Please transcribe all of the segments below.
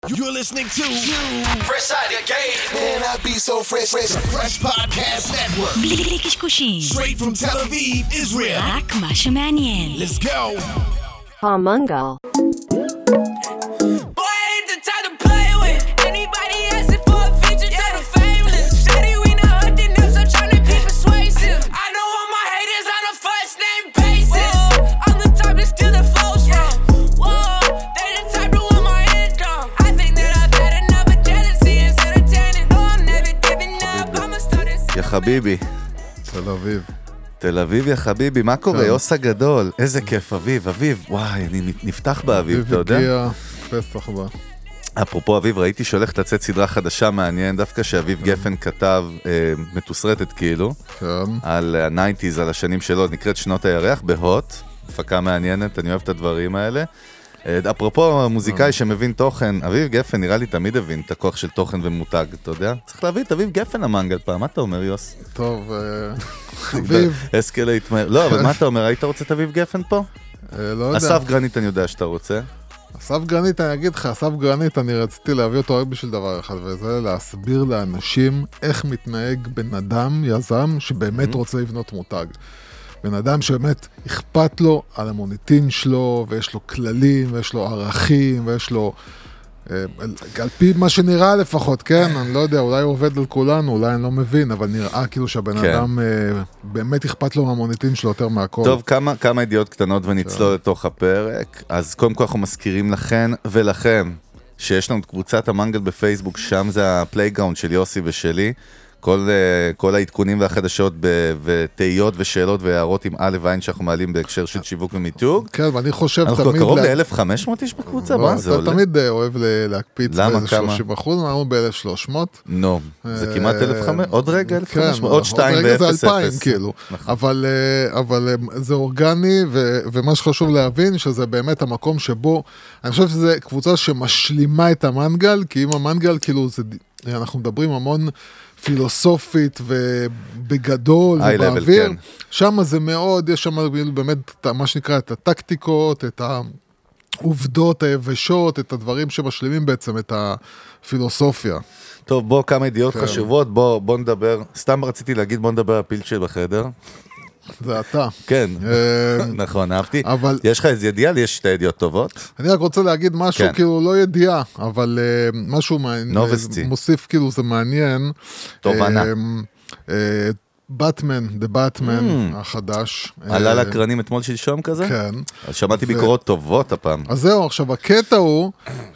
You're listening to Fresh Out of the Game. Man, I be so fresh. Fresh Podcast Network. בלי קשקושים. Straight from Tel Aviv, Israel. רק מה שמעניין. Let's go. Palmungal. יא חביבי. תל אביב. תל אביב יא חביבי, מה קורה? יוס הגדול, איזה כיף, אביב, וואי, אני נפתח באביב, אתה יודע? אביב הגיע פסח בה. אפרופו אביב, ראיתי שהולכת לצאת סדרה חדשה מעניין, דווקא שאביב גפן כתב, מתוסרטת כאילו, על ה-90s, על השנים שלו, נקראת שנות הירח, בהוט, הפקה מעניינת, אני אוהב את הדברים האלה. אפרופו מוזיקאי שמבין תוכן, אביב גפן נראה לי תמיד הבין את הכוח של תוכן ומותג, אתה יודע? צריך להביא את אביב גפן המנגל פעם, מה אתה אומר יוס? טוב, אביב. אסקל להתמהר, לא, אבל מה אתה אומר, היית רוצה את אביב גפן פה? לא יודע. אסף גרנית אני יודע שאתה רוצה. אסף גרנית, אני אגיד לך, אסף גרנית אני רציתי להביא אותו רק בשביל דבר אחד, וזה להסביר לאנשים איך מתנהג בן אדם, יזם, שבאמת רוצה לבנות מותג. בן אדם שבאמת אכפת לו על המוניטין שלו, ויש לו כללים, ויש לו ערכים, ויש לו, על פי מה שנראה לפחות, כן? אני לא יודע, אולי הוא עובד על כולנו, אולי אני לא מבין, אבל נראה כאילו שהבן אדם באמת אכפת לו מהמוניטין שלו יותר מהכל. טוב, כמה ידיעות קטנות ונצלול לתוך הפרק. אז קודם כל אנחנו מזכירים לכן ולכם, שיש לנו את קבוצת המנגל בפייסבוק, שם זה הפלייגראונד של יוסי ושלי, כל העדכונים והחדשות ותהיות ושאלות והערות עם א' ועין שאנחנו מעלים בהקשר של שיווק ומיתוג. כן, ואני חושב תמיד... אנחנו קרוב ל-1,500 איש בקבוצה, מה זה עולה? אתה תמיד אוהב להקפיץ ב-30%, אנחנו ב-1,300. נו, זה כמעט 1,500, עוד רגע 1,500, עוד 2 ב-0,0. זה 2,000 ו-0,0. כאילו. אבל זה אורגני, ומה שחשוב להבין שזה באמת המקום שבו, אני חושב שזו קבוצה שמשלימה את המנגל, כי אם המנגל כאילו, אנחנו מדברים המון פילוסופית ובגדול ובאוויר, כן. שם זה מאוד, יש שם באמת מה שנקרא את הטקטיקות, את העובדות היבשות, את הדברים שמשלימים בעצם את הפילוסופיה. טוב, בוא כמה ידיעות חשובות, בוא נדבר, סתם רציתי להגיד בוא נדבר על פיל שבחדר. זה אתה. כן, נכון, אהבתי. יש לך איזה ידיעה? יש שתי ידיעות טובות? אני רק רוצה להגיד משהו, כאילו לא ידיעה, אבל משהו מוסיף, כאילו זה מעניין. תובנה. באטמן, The Batman החדש. עלה לקרנים אתמול שלשום כזה? כן. שמעתי ביקורות טובות הפעם. אז זהו, עכשיו הקטע הוא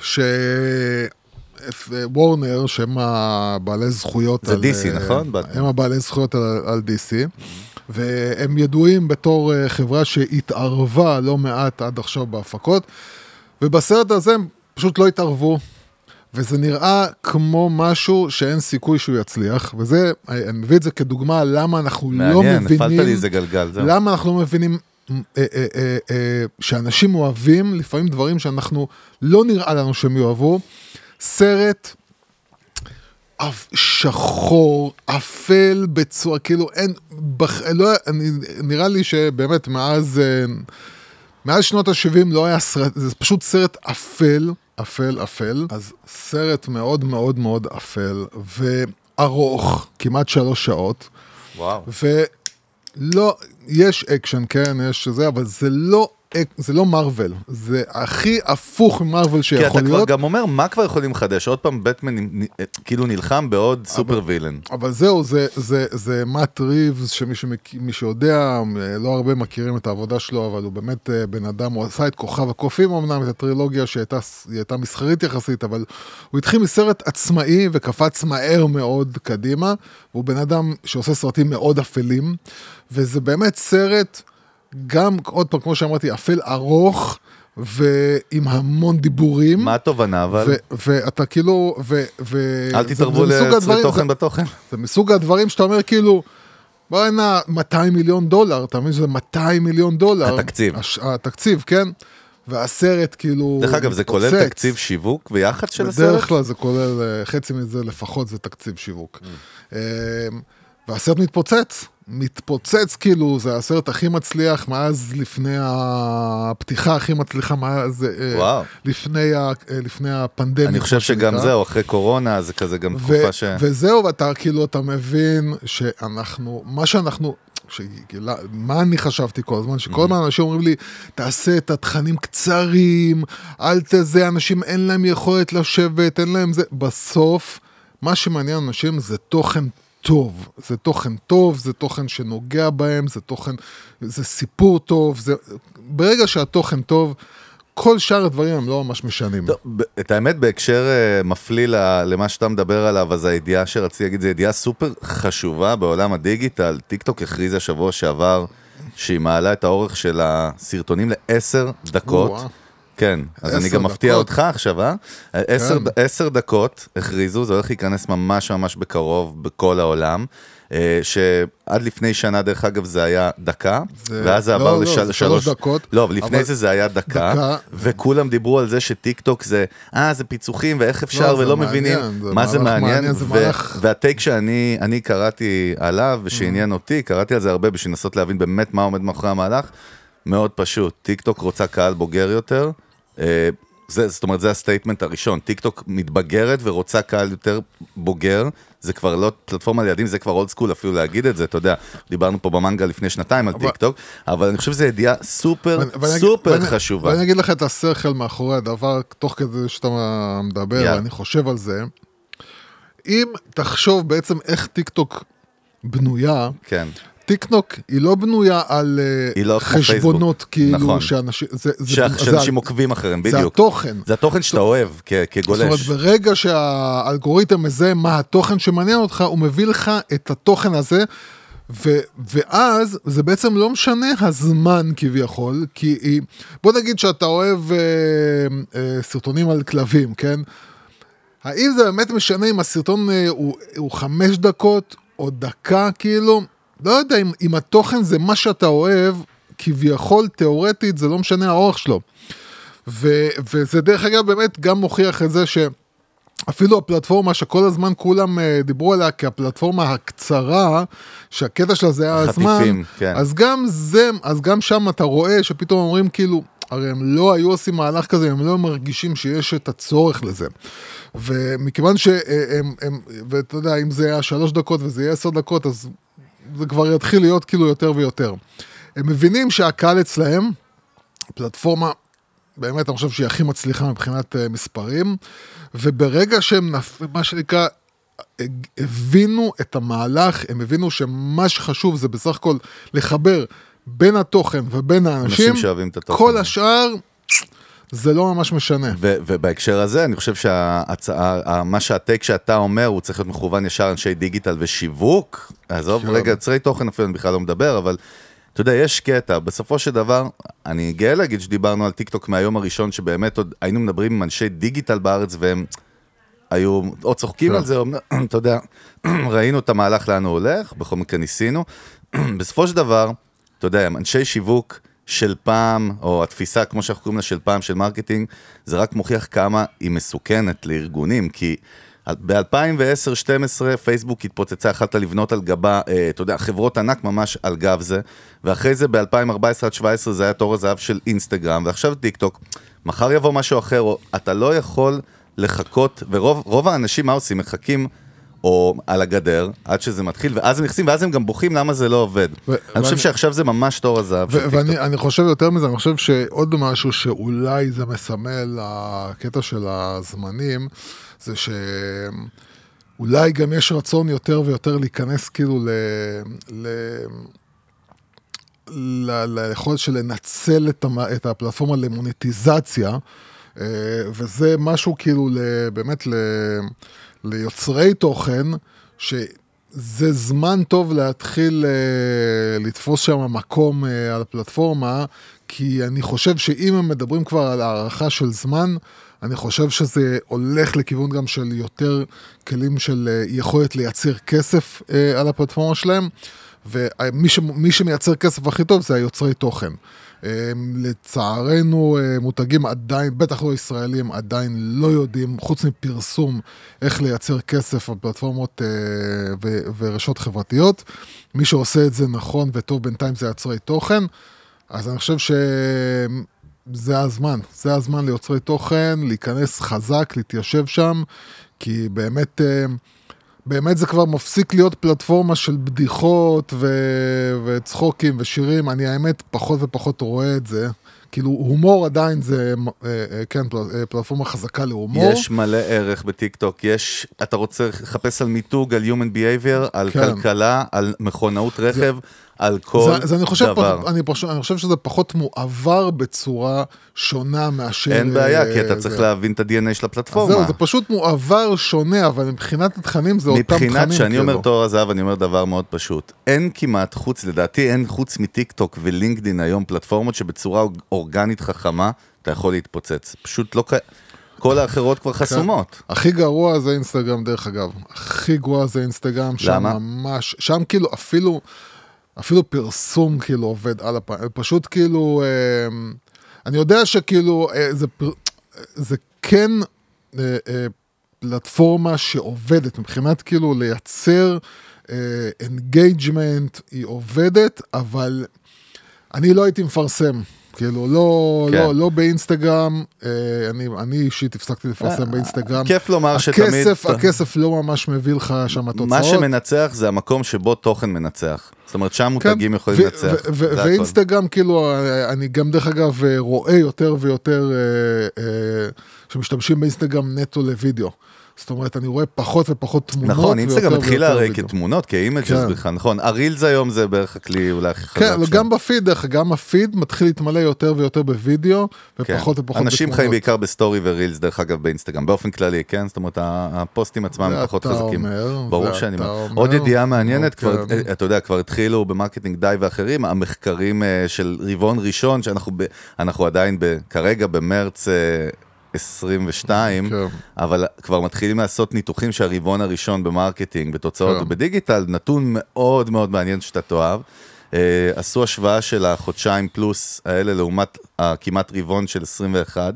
וורנר, שהם הבעלי זכויות... זה DC, נכון? הם הבעלי זכויות על DC. והם ידועים בתור חברה שהתערבה לא מעט עד עכשיו בהפקות, ובסרט הזה הם פשוט לא התערבו, וזה נראה כמו משהו שאין סיכוי שהוא יצליח, וזה, אני מביא את זה כדוגמה למה אנחנו לא מבינים, מעניין, נפלת לי איזה גלגל, זהו. למה אנחנו לא מבינים שאנשים אוהבים, לפעמים דברים שאנחנו לא נראה לנו שהם יאהבו, סרט שחור, אפל בצורה, כאילו אין, נראה לי שבאמת מאז שנות ה-70 לא היה סרט, זה פשוט סרט אפל, אז סרט מאוד מאוד מאוד אפל, וארוך, כמעט 3 שעות, וואו. ולא, יש אקשן, כן, יש זה, אבל זה לא מרוול, זה הכי הפוך ממרוול שיכול להיות. כי אתה כבר גם אומר, מה כבר יכולים לחדש? עוד פעם בטמן כאילו נלחם בעוד סופר וילן. אבל זהו, זה מאט ריבס, שמי שיודע, לא הרבה מכירים את העבודה שלו, אבל הוא באמת בן אדם, הוא עשה את כוכב הקופים, אמנם את הטרילוגיה שהייתה מסחרית יחסית, אבל הוא התחיל מסרט עצמאי וקפץ מהר מאוד קדימה, והוא בן אדם שעושה סרטים מאוד אפלים, וזה באמת סרט... גם, עוד פעם, כמו שאמרתי, אפל ארוך, ועם המון דיבורים. מה התובנה, אבל? ואתה כאילו, אל תתערבו לתוכן בתוכן. זה מסוג הדברים שאתה אומר, כאילו, בוא הנה, $200 מיליון, אתה מבין שזה $200 מיליון. התקציב. התקציב, כן? והסרט כאילו... דרך אגב, זה כולל תקציב שיווק ויחד של הסרט? בדרך כלל זה כולל, חצי מזה לפחות זה תקציב שיווק. והסרט מתפוצץ, מתפוצץ, כאילו, זה הסרט הכי מצליח מאז לפני הפתיחה הכי מצליחה, מאז לפני הפנדמיה. אני חושב שגם זהו, אחרי קורונה, זה כזה גם תקופה ש... וזהו, ואתה כאילו, אתה מבין שאנחנו, מה אני חשבתי כל הזמן? שכל הזמן אנשים אומרים לי, תעשה את התכנים קצרים, אל תזה, אנשים אין להם יכולת לשבת, אין להם זה. בסוף, מה שמעניין אנשים זה תוכן טוב. זה תוכן טוב, זה תוכן שנוגע בהם, זה תוכן, זה סיפור טוב. ברגע שהתוכן טוב, כל שאר הדברים הם לא ממש משנים. את האמת, בהקשר מפליל למה שאתה מדבר עליו, אז הידיעה שרציתי להגיד, זו ידיעה סופר חשובה בעולם הדיגיטל. טיקטוק הכריזה שבוע שעבר, שהיא מעלה את האורך של הסרטונים ל10 דקות. כן, אז אני גם מפתיע אותך עכשיו, 10 דקות הכריזו, זה הולך להיכנס ממש ממש בקרוב בכל העולם. שעד לפני שנה, דרך אגב, זה היה דקה, ואז זה עבר לשלוש דקות. לא, אבל לפני זה היה דקה, וכולם דיברו על זה שטיק טוק זה, זה פיצוחים, ואיך אפשר, ולא מבינים מה זה מעניין, והטייק שאני קראתי עליו, ושעניין אותי, קראתי על זה הרבה, בשביל לנסות להבין באמת מה עומד מאחורי המהלך, מאוד פשוט, טיק טוק רוצה קהל בוגר יותר, זאת אומרת, זה הסטייטמנט הראשון, טיק טוק מתבגרת ורוצה קהל יותר בוגר, זה כבר לא פלטפורמה לידים, זה כבר אולד סקול אפילו להגיד את זה, אתה יודע, דיברנו פה במנגה לפני שנתיים על טיק טוק, אבל אני חושב שזו ידיעה סופר חשובה. ואני אגיד לך את השכל מאחורי הדבר, תוך כדי שאתה מדבר, ואני חושב על זה, אם תחשוב בעצם איך טיק טוק בנויה, כן. טיקטוק היא לא בנויה על חשבונות כאילו שאנשים עוקבים אחריהם, בדיוק. זה התוכן. זה התוכן שאתה אוהב כגולש. זאת אומרת, ברגע שהאלגוריתם מזהה מה התוכן שמעניין אותך, הוא מביא לך את התוכן הזה, ואז זה בעצם לא משנה הזמן כביכול, כי בוא נגיד שאתה אוהב סרטונים על כלבים, כן? האם זה באמת משנה אם הסרטון הוא 5 דקות או דקה כאילו? לא יודע אם התוכן זה מה שאתה אוהב, כביכול תיאורטית זה לא משנה האורך שלו. וזה דרך אגב באמת גם מוכיח את זה שאפילו הפלטפורמה שכל הזמן כולם דיברו עליה כהפלטפורמה הקצרה, שהקטע שלה זה היה הזמן, כן. אז גם שם אתה רואה שפתאום אומרים כאילו, הרי הם לא היו עושים מהלך כזה, הם לא מרגישים שיש את הצורך לזה. ומכיוון ואתה יודע, אם זה היה 3 דקות וזה יהיה 10 דקות, אז זה כבר יתחיל להיות כאילו יותר ויותר. הם מבינים שהקהל אצלהם, פלטפורמה, באמת אני חושב שהיא הכי מצליחה מבחינת מספרים, וברגע שהם, מה שנקרא, הבינו את המהלך, הם הבינו שמה שחשוב זה בסך הכל לחבר בין התוכן ובין האנשים, כל השאר זה לא ממש משנה. ובהקשר הזה, אני חושב מה שהטייק שאתה אומר, הוא צריך להיות מכוון ישר אנשי דיגיטל ושיווק, עזוב, רגע, יוצרי תוכן אפילו, אני בכלל לא מדבר, אבל אתה יודע, יש קטע, בסופו של דבר, אני גאה להגיד שדיברנו על טיק טוק מהיום הראשון, שבאמת עוד היינו מדברים עם אנשי דיגיטל בארץ, והם היו או צוחקים על זה, או, אתה יודע, ראינו את המהלך לאן הוא הולך, בכל מקרה ניסינו, בסופו של דבר, אתה יודע, אנשי שיווק, של פעם, או התפיסה, כמו שאנחנו קוראים לה, של פעם, של מרקטינג, זה רק מוכיח כמה היא מסוכנת לארגונים, כי ב-2010-2012 פייסבוק התפוצצה, יכלת לבנות על גבה, אתה יודע, חברות ענק ממש על גב זה, ואחרי זה ב-2014-2017 זה היה תור הזהב של אינסטגרם, ועכשיו טיק טוק, מחר יבוא משהו אחר, או אתה לא יכול לחכות, ורוב האנשים מה עושים? מחכים או על הגדר, עד שזה מתחיל, ואז הם נכנסים, ואז הם גם בוכים למה זה לא עובד. אני חושב שעכשיו זה ממש תור הזהב. ואני חושב יותר מזה, אני חושב שעוד משהו שאולי זה מסמל, הקטע של הזמנים, זה שאולי גם יש רצון יותר ויותר להיכנס כאילו ליכולת של לנצל את הפלטפורמה למוניטיזציה, וזה משהו כאילו באמת ליוצרי תוכן, שזה זמן טוב להתחיל לתפוס שם מקום על הפלטפורמה, כי אני חושב שאם הם מדברים כבר על הערכה של זמן, אני חושב שזה הולך לכיוון גם של יותר כלים של יכולת לייצר כסף על הפלטפורמה שלהם, ומי שמייצר כסף הכי טוב זה היוצרי תוכן. לצערנו, מותגים עדיין, בטח לא ישראלים, עדיין לא יודעים, חוץ מפרסום, איך לייצר כסף על פלטפורמות ורשתות חברתיות. מי שעושה את זה נכון וטוב בינתיים זה יוצרי תוכן, אז אני חושב שזה הזמן. זה הזמן ליוצרי תוכן, להיכנס חזק, להתיישב שם, כי באמת זה כבר מפסיק להיות פלטפורמה של בדיחות וצחוקים ושירים. אני האמת פחות ופחות רואה את זה. כאילו הומור עדיין זה, כן, פלטפורמה חזקה להומור. יש מלא ערך בטיק-טוק, אתה רוצה לחפש על מיתוג, על human behavior, על כלכלה, על מכונאות רכב, על כל דבר. אני חושב שזה פחות מועבר בצורה שונה מאשר... אין בעיה, כי אתה צריך להבין את ה-DNA של הפלטפורמה. זהו, זה פשוט מועבר שונה, אבל מבחינת התכנים זה אותם תכנים. מבחינת שאני אומר תואר הזהב, אני אומר דבר מאוד פשוט. אין כמעט לדעתי אין חוץ מטיק-טוק ולינקדין היום פלטפורמות שבצורה אורגנית חכמה, אתה יכול להתפוצץ. פשוט לא... כל האחרות כבר חסומות. הכי גרוע זה אינסטגרם דרך אגב. הכי גרוע זה אינסטגרם. למה? שם כאילו אפילו פרסום כאילו עובד על הפעם, פשוט כאילו, אני יודע שכאילו, זה כן פלטפורמה שעובדת, מבחינת כאילו לייצר engagement, היא עובדת, אבל אני לא הייתי מפרסם, כאילו, לא באינסטגרם, אני אישית הפסקתי לפרסם באינסטגרם. כיף לומר שתמיד... הכסף לא ממש מביא לך שם התוצאות. מה שמנצח זה המקום שבו תוכן מנצח. זאת אומרת, שם מותגים יכולים לנצח. ואינסטגרם, כאילו, אני גם דרך אגב רואה יותר ויותר שמשתמשים באינסטגרם נטו לוידאו. זאת אומרת, אני רואה פחות ופחות תמונות. נכון, אינסטגרם מתחיל להראה כתמונות, כאימג'ס בכלל, נכון. הרילס היום זה בערך הכלי אולי הכי חזק שם. כן, גם בפיד, גם הפיד מתחיל להתמלא יותר ויותר בווידאו, ופחות ופחות בתמונות. אנשים חיים בעיקר בסטורי ורילס, דרך אגב, באינסטגרם, באופן כללי, כן? זאת אומרת, הפוסטים עצמם פחות חזקים. ברור שאני אומר. עוד ידיעה מעניינת, אתה יודע, כבר התחילו במרקטינג די ואחרים, המחקרים של רבעון ראשון, שאנחנו עדיין כרגע במרץ 22, אבל כבר מתחילים לעשות ניתוחים שהרבעון הראשון במרקטינג, בתוצאות ובדיגיטל, נתון מאוד מאוד מעניין שאתה תאהב. עשו השוואה של החודשיים פלוס האלה לעומת כמעט רבעון של 21,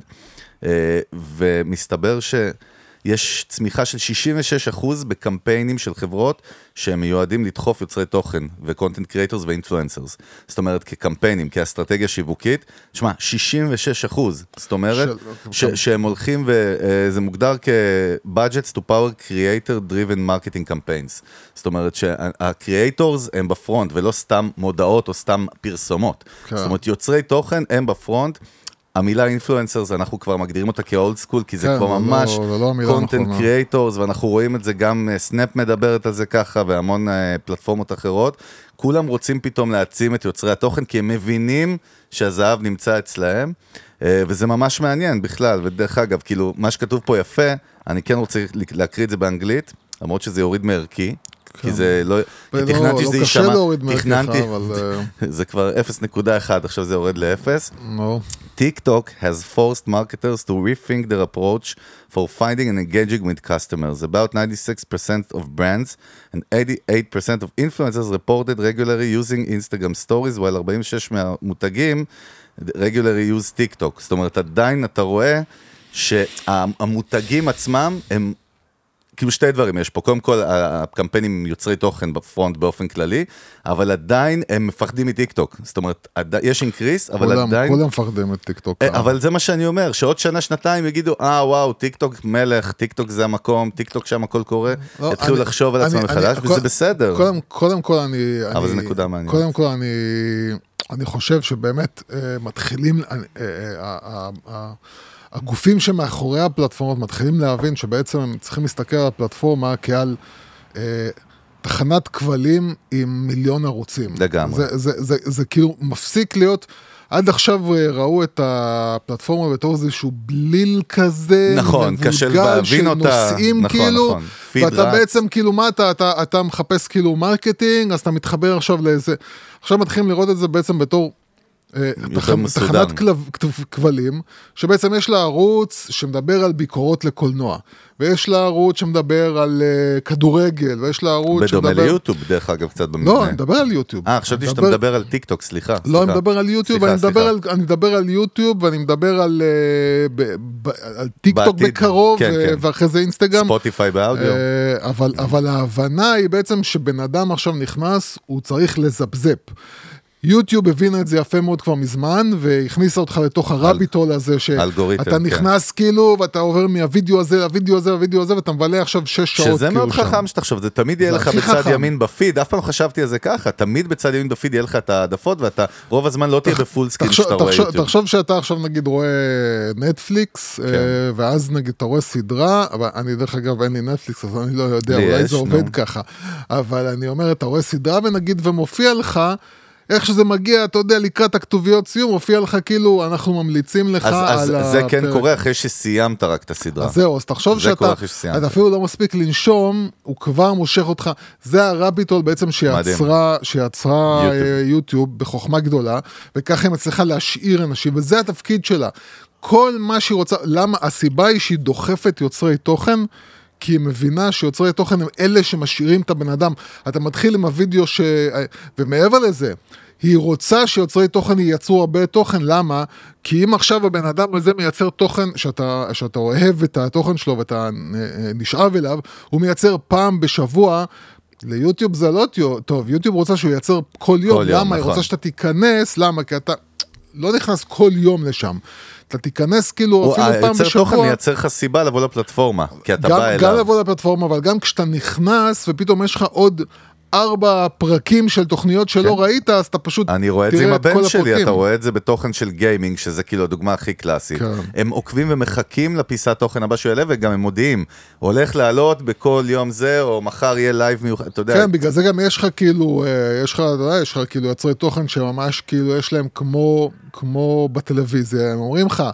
ומסתבר יש צמיחה של 66% בקמפיינים של חברות שהם מיועדים לדחוף יוצרי תוכן ו-content creators ו-influencers. זאת אומרת, כקמפיינים, כאסטרטגיה שיווקית, תשמע, 66%. זאת אומרת, שהם הולכים וזה מוגדר כ-budgets to power creator driven marketing campaigns. זאת אומרת, שה-creators הם בפרונט ולא סתם מודעות או סתם פרסומות. זאת אומרת, יוצרי תוכן הם בפרונט, המילה אינפלואנסרס, אנחנו כבר מגדירים אותה כאולד סקול, כי זה כבר ממש קונטנט קריאטורס, ואנחנו רואים את זה, גם סנאפ מדברת על זה ככה, והמון פלטפורמות אחרות. כולם רוצים פתאום להעצים את יוצרי התוכן, כי הם מבינים שהזהב נמצא אצלהם, וזה ממש מעניין בכלל, ודרך אגב, כאילו, מה שכתוב פה יפה, אני כן רוצה להקריא את זה באנגלית, למרות שזה יוריד מערכי, כי זה לא... תכננתי שזה יישמע, תכננתי, זה כבר 0.1, עכשיו זה יורד ל-0. TikTok has forced marketers to rethink their approach for finding and engaging with customers. About 96% of brands and 88% of influencers reported regularly using Instagram stories, while 46% מהמותגים regularly use TikTok. זאת אומרת, עדיין אתה רואה שהמותגים עצמם הם... כאילו שתי דברים יש פה, קודם כל הקמפיינים יוצרי תוכן בפרונט באופן כללי, אבל עדיין הם מפחדים מטיקטוק, זאת אומרת, יש אינקריס, אבל עדיין... כולם מפחדים מטיקטוק. אבל זה מה שאני אומר, שעוד שנה, שנתיים יגידו, וואו, טיקטוק מלך, טיקטוק זה המקום, טיקטוק שם הכל קורה, התחילו לחשוב על עצמם מחדש, וזה בסדר. קודם כל אני... אבל זה נקודה מעניינת. קודם כל אני חושב שבאמת מתחילים... הגופים שמאחורי הפלטפורמות מתחילים להבין שבעצם הם צריכים להסתכל על הפלטפורמה כעל תחנת כבלים עם מיליון ערוצים. לגמרי. זה כאילו מפסיק להיות, עד עכשיו ראו את הפלטפורמה בתור איזשהו בליל כזה, נכון, קשה להבין אותה, נושאים כאילו, ואתה בעצם כאילו מה אתה מחפש כאילו מרקטינג, אז אתה מתחבר עכשיו לאיזה, עכשיו מתחילים לראות את זה בעצם בתור, תחנת כבלים, שבעצם יש לה ערוץ שמדבר על ביקורות לקולנוע, ויש לה ערוץ שמדבר על כדורגל, ויש לה ערוץ בדומה ליוטיוב, דרך אגב, קצת במבנה. לא, אני מדבר על יוטיוב. חשבתי שאתה מדבר על טיק טוק, סליחה. לא, אני מדבר על יוטיוב, אני מדבר על יוטיוב, ואני מדבר על טיק טוק בקרוב, ואחרי זה אינסטגרם. ספוטיפיי באודיו. אבל ההבנה היא בעצם שבן אדם עכשיו נכנס, הוא צריך לזפזפ. יוטיוב הבינה את זה יפה מאוד כבר מזמן, והכניסה אותך לתוך הרביטול הזה, שאתה נכנס כאילו, ואתה עובר מהווידאו הזה, לווידאו הזה, לווידאו הזה, ואתה מבלה עכשיו 6 שעות. שזה מאוד חכם שתחשוב, זה תמיד יהיה לך בצד ימין בפיד, אף פעם לא חשבתי על זה ככה, תמיד בצד ימין בפיד יהיה לך את העדפות, ואתה רוב הזמן לא תהיה בפול סקין שאתה רואה יוטיוב. תחשוב שאתה עכשיו נגיד רואה נטפליקס, ואז נגיד אתה רואה סדרה, אבל אני דרך אגב אין לי נטפליקס, אז אני לא יודע, אולי זה עובד ככה, אבל אני אומר, אתה רואה סדרה ונגיד ומופיע לך איך שזה מגיע, אתה יודע, לקראת הכתוביות סיום, מופיע לך כאילו, אנחנו ממליצים לך אז זה כן קורה אחרי שסיימת רק את הסדרה. אז זהו, אז תחשוב שאתה אפילו לא מספיק לנשום, הוא כבר מושך אותך, זה הרביטול בעצם שיצרה יוטיוב בחוכמה גדולה, וככה היא מצליחה להשאיר אנשים, וזה התפקיד שלה. כל מה שהיא רוצה, למה? הסיבה היא שהיא דוחפת יוצרי תוכן, כי היא מבינה שיוצרי תוכן הם אלה שמשאירים את הבן אדם. אתה מתחיל עם הוידאו ומעבר לזה, היא רוצה שיוצרי תוכן ייצרו הרבה תוכן. למה? כי אם עכשיו הבן אדם הזה מייצר תוכן, שאתה אוהב את התוכן שלו ואתה נשאב אליו, הוא מייצר פעם בשבוע, ליוטיוב זה לא טוב, יוטיוב רוצה שהוא ייצר כל יום. למה? היא רוצה שאתה תיכנס, למה? כי אתה לא נכנס כל יום לשם. אתה תיכנס כאילו אפילו פעם בשבוע. יצר תוכן מייצר לך סיבה לבוא לפלטפורמה, כי אתה בא אליו. גם לבוא לפלטפורמה, אבל גם כשאתה נכנס, ופתאום יש לך עוד 4 פרקים של תוכניות שלא ראית, אז אתה פשוט תראה את כל הפרקים. אני רואה את זה עם הבן שלי, אתה רואה את זה בתוכן של גיימינג, שזה כאילו הדוגמה הכי קלאסית. הם עוקבים ומחכים לפיסת תוכן הבא שהוא יעלה, וגם הם מודיעים, הולך לעלות בכל יום זה, או מחר יהיה לייב מיוחד, אתה יודע. כן, בגלל זה גם יש לך כאילו, יש לך כאילו יוצרי תוכן שממש כאילו יש להם כמו בטלוויזיה, הם אומרים לך,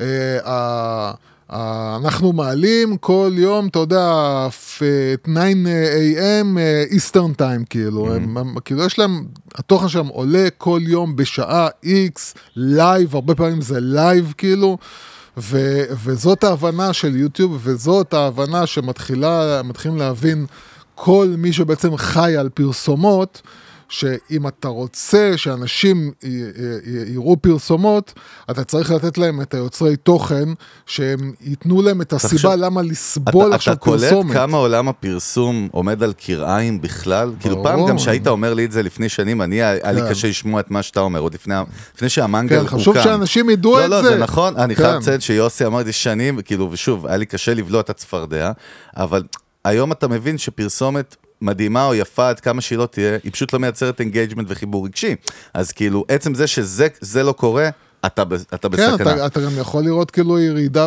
אנחנו מעלים כל יום, אתה יודע, 9 AM Eastern Time, כאילו, כאילו יש להם, התוכן שלהם עולה כל יום בשעה X, לייב, הרבה פעמים זה לייב, כאילו, וזאת ההבנה של יוטיוב, וזאת ההבנה מתחילים להבין כל מי שבעצם חי על פרסומות, שאם אתה רוצה שאנשים יראו פרסומות, אתה צריך לתת להם את היוצרי תוכן, שהם ייתנו להם את הסיבה למה לסבול עכשיו פרסומת. אתה קולט כמה עולם הפרסום עומד על קרעיים בכלל? כאילו פעם גם שהיית אומר לי את זה לפני שנים, היה לי קשה לשמוע את מה שאתה אומר, עוד לפני שהמנגל הוקם. חשוב שאנשים ידעו את זה. לא, זה נכון, אני חייב לציין שיוסי אמר לי שנים, כאילו, ושוב, היה לי קשה לבלוע את הצפרדע, אבל היום אתה מבין שפרסומת מדהימה או יפה עד כמה שהיא לא תהיה, היא פשוט לא מייצרת אינגייג'מנט וחיבור רגשי. אז כאילו, עצם זה שזה לא קורה, אתה בסכנה. כן, אתה גם יכול לראות כאילו ירידה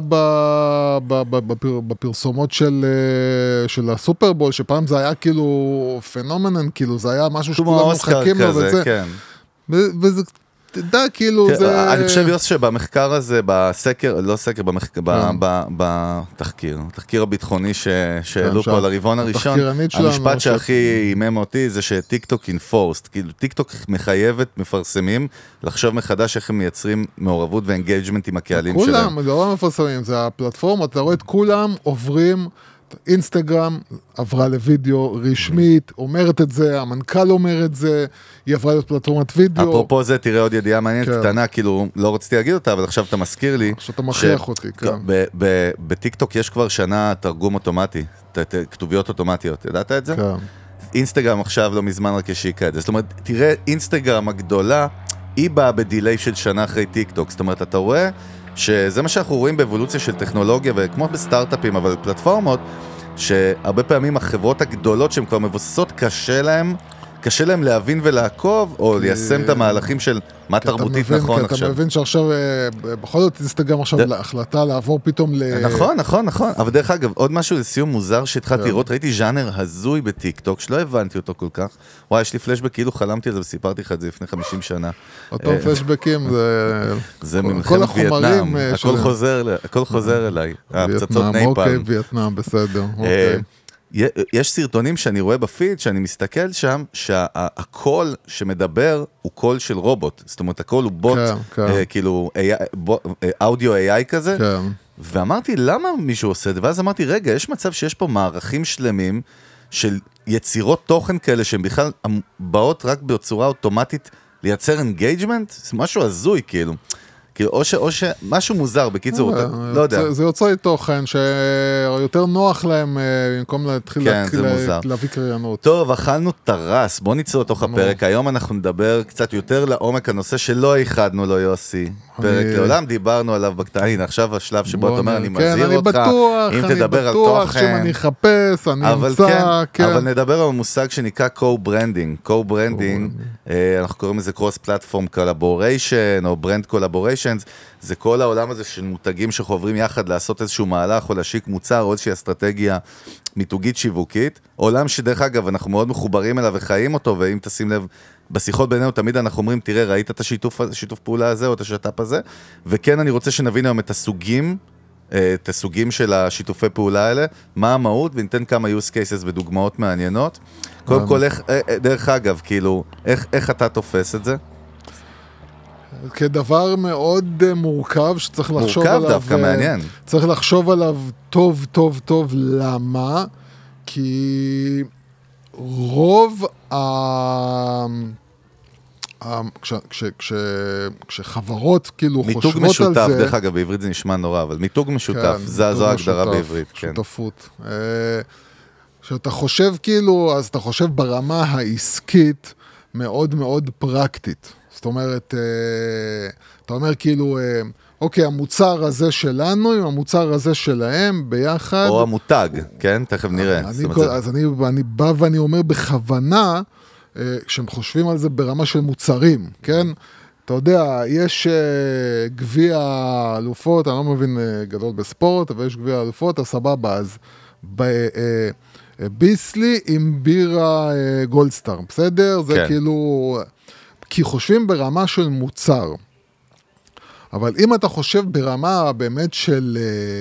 בפרסומות של הסופרבול, שפעם זה היה כאילו פנומנן, כאילו זה היה משהו שכולם מחכים לו וזה. כן. וזה תדע, כאילו זה... אני חושב, יוס, שבמחקר הזה, בסקר, לא סקר, בתחקיר הביטחוני שהעלו פה לרבעון הראשון, המשפט שהכי אימם אותי זה שטיק טוק enforced, כאילו טיק טוק מחייבת מפרסמים לחשוב מחדש איך הם מייצרים מעורבות ואנגייג'מנט עם הקהלים שלהם. כולם, לא מפרסמים, זה הפלטפורמה, אתה רואה את כולם עוברים... אינסטגרם עברה לוידאו רשמית, אומרת את זה, המנכ"ל אומר את זה, היא עברה לפלטפורמת וידאו. אפרופו זה, תראה עוד ידיעה מעניינת קטנה, כאילו לא רציתי להגיד אותה, אבל עכשיו אתה מזכיר לי. שאתה מכריח אותי, כן. בטיקטוק יש כבר שנה תרגום אוטומטי, כתוביות אוטומטיות, ידעת את זה? כן. אינסטגרם עכשיו לא מזמן רק השיקה את זה, זאת אומרת, תראה, אינסטגרם הגדולה, היא באה בדילי של שנה אחרי טיקטוק, זאת אומרת, אתה רואה שזה מה שאנחנו רואים באבולוציה של טכנולוגיה, וכמו בסטארט-אפים, אבל פלטפורמות, שהרבה פעמים החברות הגדולות שהן כבר מבוססות, קשה להם להבין ולעקוב, או ליישם את המהלכים של מה תרבותית נכון עכשיו. כי אתה מבין שעכשיו, בכל זאת תסתגם עכשיו להחלטה לעבור פתאום נכון. אבל דרך אגב, עוד משהו לסיום מוזר שהתחלתי לראות, ראיתי ז'אנר הזוי בטיקטוק, שלא הבנתי אותו כל כך. וואי, יש לי פלשבק, כאילו חלמתי על זה וסיפרתי לך את זה לפני 50 שנה. אותו פלשבקים, זה ממלחמת וייטנאם, הכל חוזר אליי. וייטנאם, אוקיי, וייטנאם, בסדר. יש סרטונים שאני רואה בפיד, שאני מסתכל שם, שהקול שמדבר הוא קול של רובוט. זאת אומרת, הקול הוא בוט, כאילו, אודיו AI כזה. ואמרתי, למה מישהו עושה את זה? ואז אמרתי, רגע, יש מצב שיש פה מערכים שלמים של יצירות תוכן כאלה, שהן בכלל באות רק בצורה אוטומטית לייצר אינגייג'מנט? זה משהו הזוי, כאילו. או שמשהו מוזר, בקיצור, לא יודע. זה יוצרי תוכן שיותר נוח להם במקום להתחיל להביא קריינות. טוב, אכלנו טרס, בוא נצא לתוך הפרק. היום אנחנו נדבר קצת יותר לעומק הנושא שלא ייחדנו לו יוסי. פרק לעולם, דיברנו עליו בקטעים, עכשיו השלב שבו אתה אומר, אני מזהיר אותך, אם תדבר על תוכן. אני בטוח שאני אחפש, אני אמצא, כן. אבל נדבר על מושג שנקרא co-branding. co-branding, אנחנו קוראים לזה cross-platform collaboration, או brand collaborations, זה כל העולם הזה של מותגים שחוברים יחד לעשות איזשהו מהלך, או להשיק מוצר, או איזושהי אסטרטגיה מיתוגית שיווקית. עולם שדרך אגב, אנחנו מאוד מחוברים אליו וחיים אותו, ואם תשים לב, בשיחות בינינו תמיד אנחנו אומרים, תראה, ראית את השיתוף פעולה הזה או את השת"פ הזה? וכן, אני רוצה שנבין היום את הסוגים של השיתופי פעולה האלה, מה המהות, וניתן כמה use cases ודוגמאות מעניינות. קודם כל, דרך אגב, כאילו, איך אתה תופס את זה? כדבר מאוד מורכב שצריך לחשוב עליו. מורכב דווקא, מעניין. צריך לחשוב עליו טוב, טוב, טוב. למה? כי רוב כשחברות כאילו חושבות על זה... מיתוג משותף, דרך אגב, בעברית זה נשמע נורא, אבל מיתוג משותף, זו ההגדרה בעברית. שותפות. כשאתה חושב כאילו, אז אתה חושב ברמה העסקית מאוד מאוד פרקטית. זאת אומרת, אתה אומר כאילו, אוקיי, המוצר הזה שלנו עם המוצר הזה שלהם ביחד. או המותג, כן? תכף נראה. אז אני בא ואני אומר בכוונה, כשהם חושבים על זה ברמה של מוצרים, כן? אתה יודע, יש גביע אלופות, אני לא מבין גדול בספורט, אבל יש גביע אלופות, הסבבה, אז ביסלי עם בירה גולדסטאר, בסדר? זה כאילו... כי חושבים ברמה של מוצר. אבל אם אתה חושב ברמה באמת של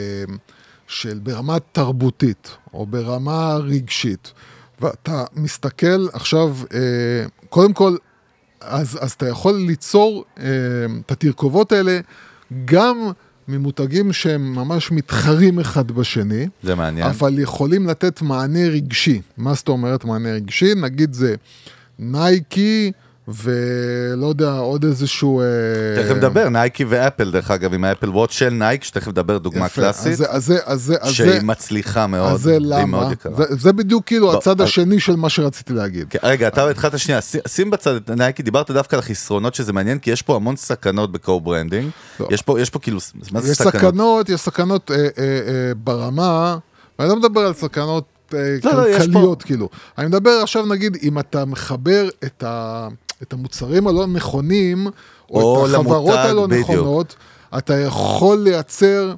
ברמה תרבותית, או ברמה רגשית, ואתה מסתכל עכשיו, קודם כל, אז אתה יכול ליצור את התרכובות האלה, גם ממותגים שהם ממש מתחרים אחד בשני. זה מעניין. אבל יכולים לתת מענה רגשי. מה זאת אומרת מענה רגשי? נגיד זה נייקי, ולא יודע, עוד איזשהו... תכף מדבר, נייקי ואפל, דרך אגב, עם האפל וואץ' של נייק, שתכף מדבר דוגמה קלאסית, שהיא מצליחה מאוד. אז זה למה? זה בדיוק כאילו הצד השני של מה שרציתי להגיד. רגע, אתה התחלת שנייה, שים בצד את נייקי, דיברת דווקא על החסרונות, שזה מעניין, כי יש פה המון סכנות בקו-ברנדינג. יש פה כאילו, מה זה סכנות? יש סכנות ברמה, ואני לא מדבר על סכנות כלכליות, כאילו. אני מדבר עכשיו, נגיד, אם אתה מחבר את המוצרים הלא נכונים, או את החברות הלא נכונות, אתה יכול לייצר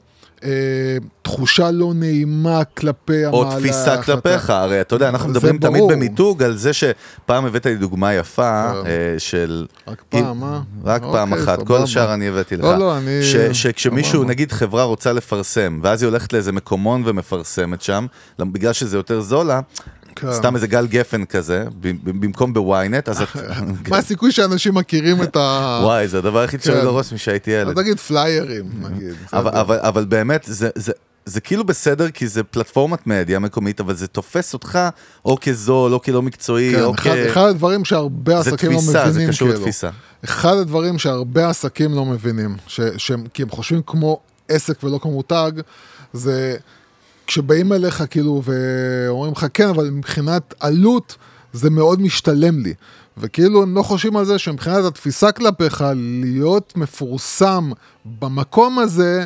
תחושה לא נעימה כלפי המעלה. או תפיסה כלפיך, הרי אתה יודע, אנחנו מדברים תמיד במיתוג על זה שפעם הבאת לי דוגמה יפה של... רק פעם, מה? רק פעם אחת, כל השאר אני הבאתי לך. שכשמישהו, נגיד חברה רוצה לפרסם, ואז היא הולכת לאיזה מקומון ומפרסמת שם, בגלל שזה יותר זולה, סתם איזה גל גפן כזה, במקום בוויינט, אז... מה הסיכוי שאנשים מכירים את ה... וואי, זה הדבר הכי תשאר לראש משהייתי ילד. אז נגיד פליירים, נגיד. אבל באמת, זה כאילו בסדר, כי זה פלטפורמת מדיה מקומית, אבל זה תופס אותך או כזול, או כלא מקצועי, או כ... אחד הדברים שהרבה עסקים לא מבינים, זה קשור לתפיסה. אחד הדברים שהרבה עסקים לא מבינים, כי הם חושבים כמו עסק ולא כמו מותג, זה... כשבאים אליך כאילו ואומרים לך כן, אבל מבחינת עלות זה מאוד משתלם לי. וכאילו הם לא חושבים על זה שמבחינת התפיסה כלפיך להיות מפורסם במקום הזה,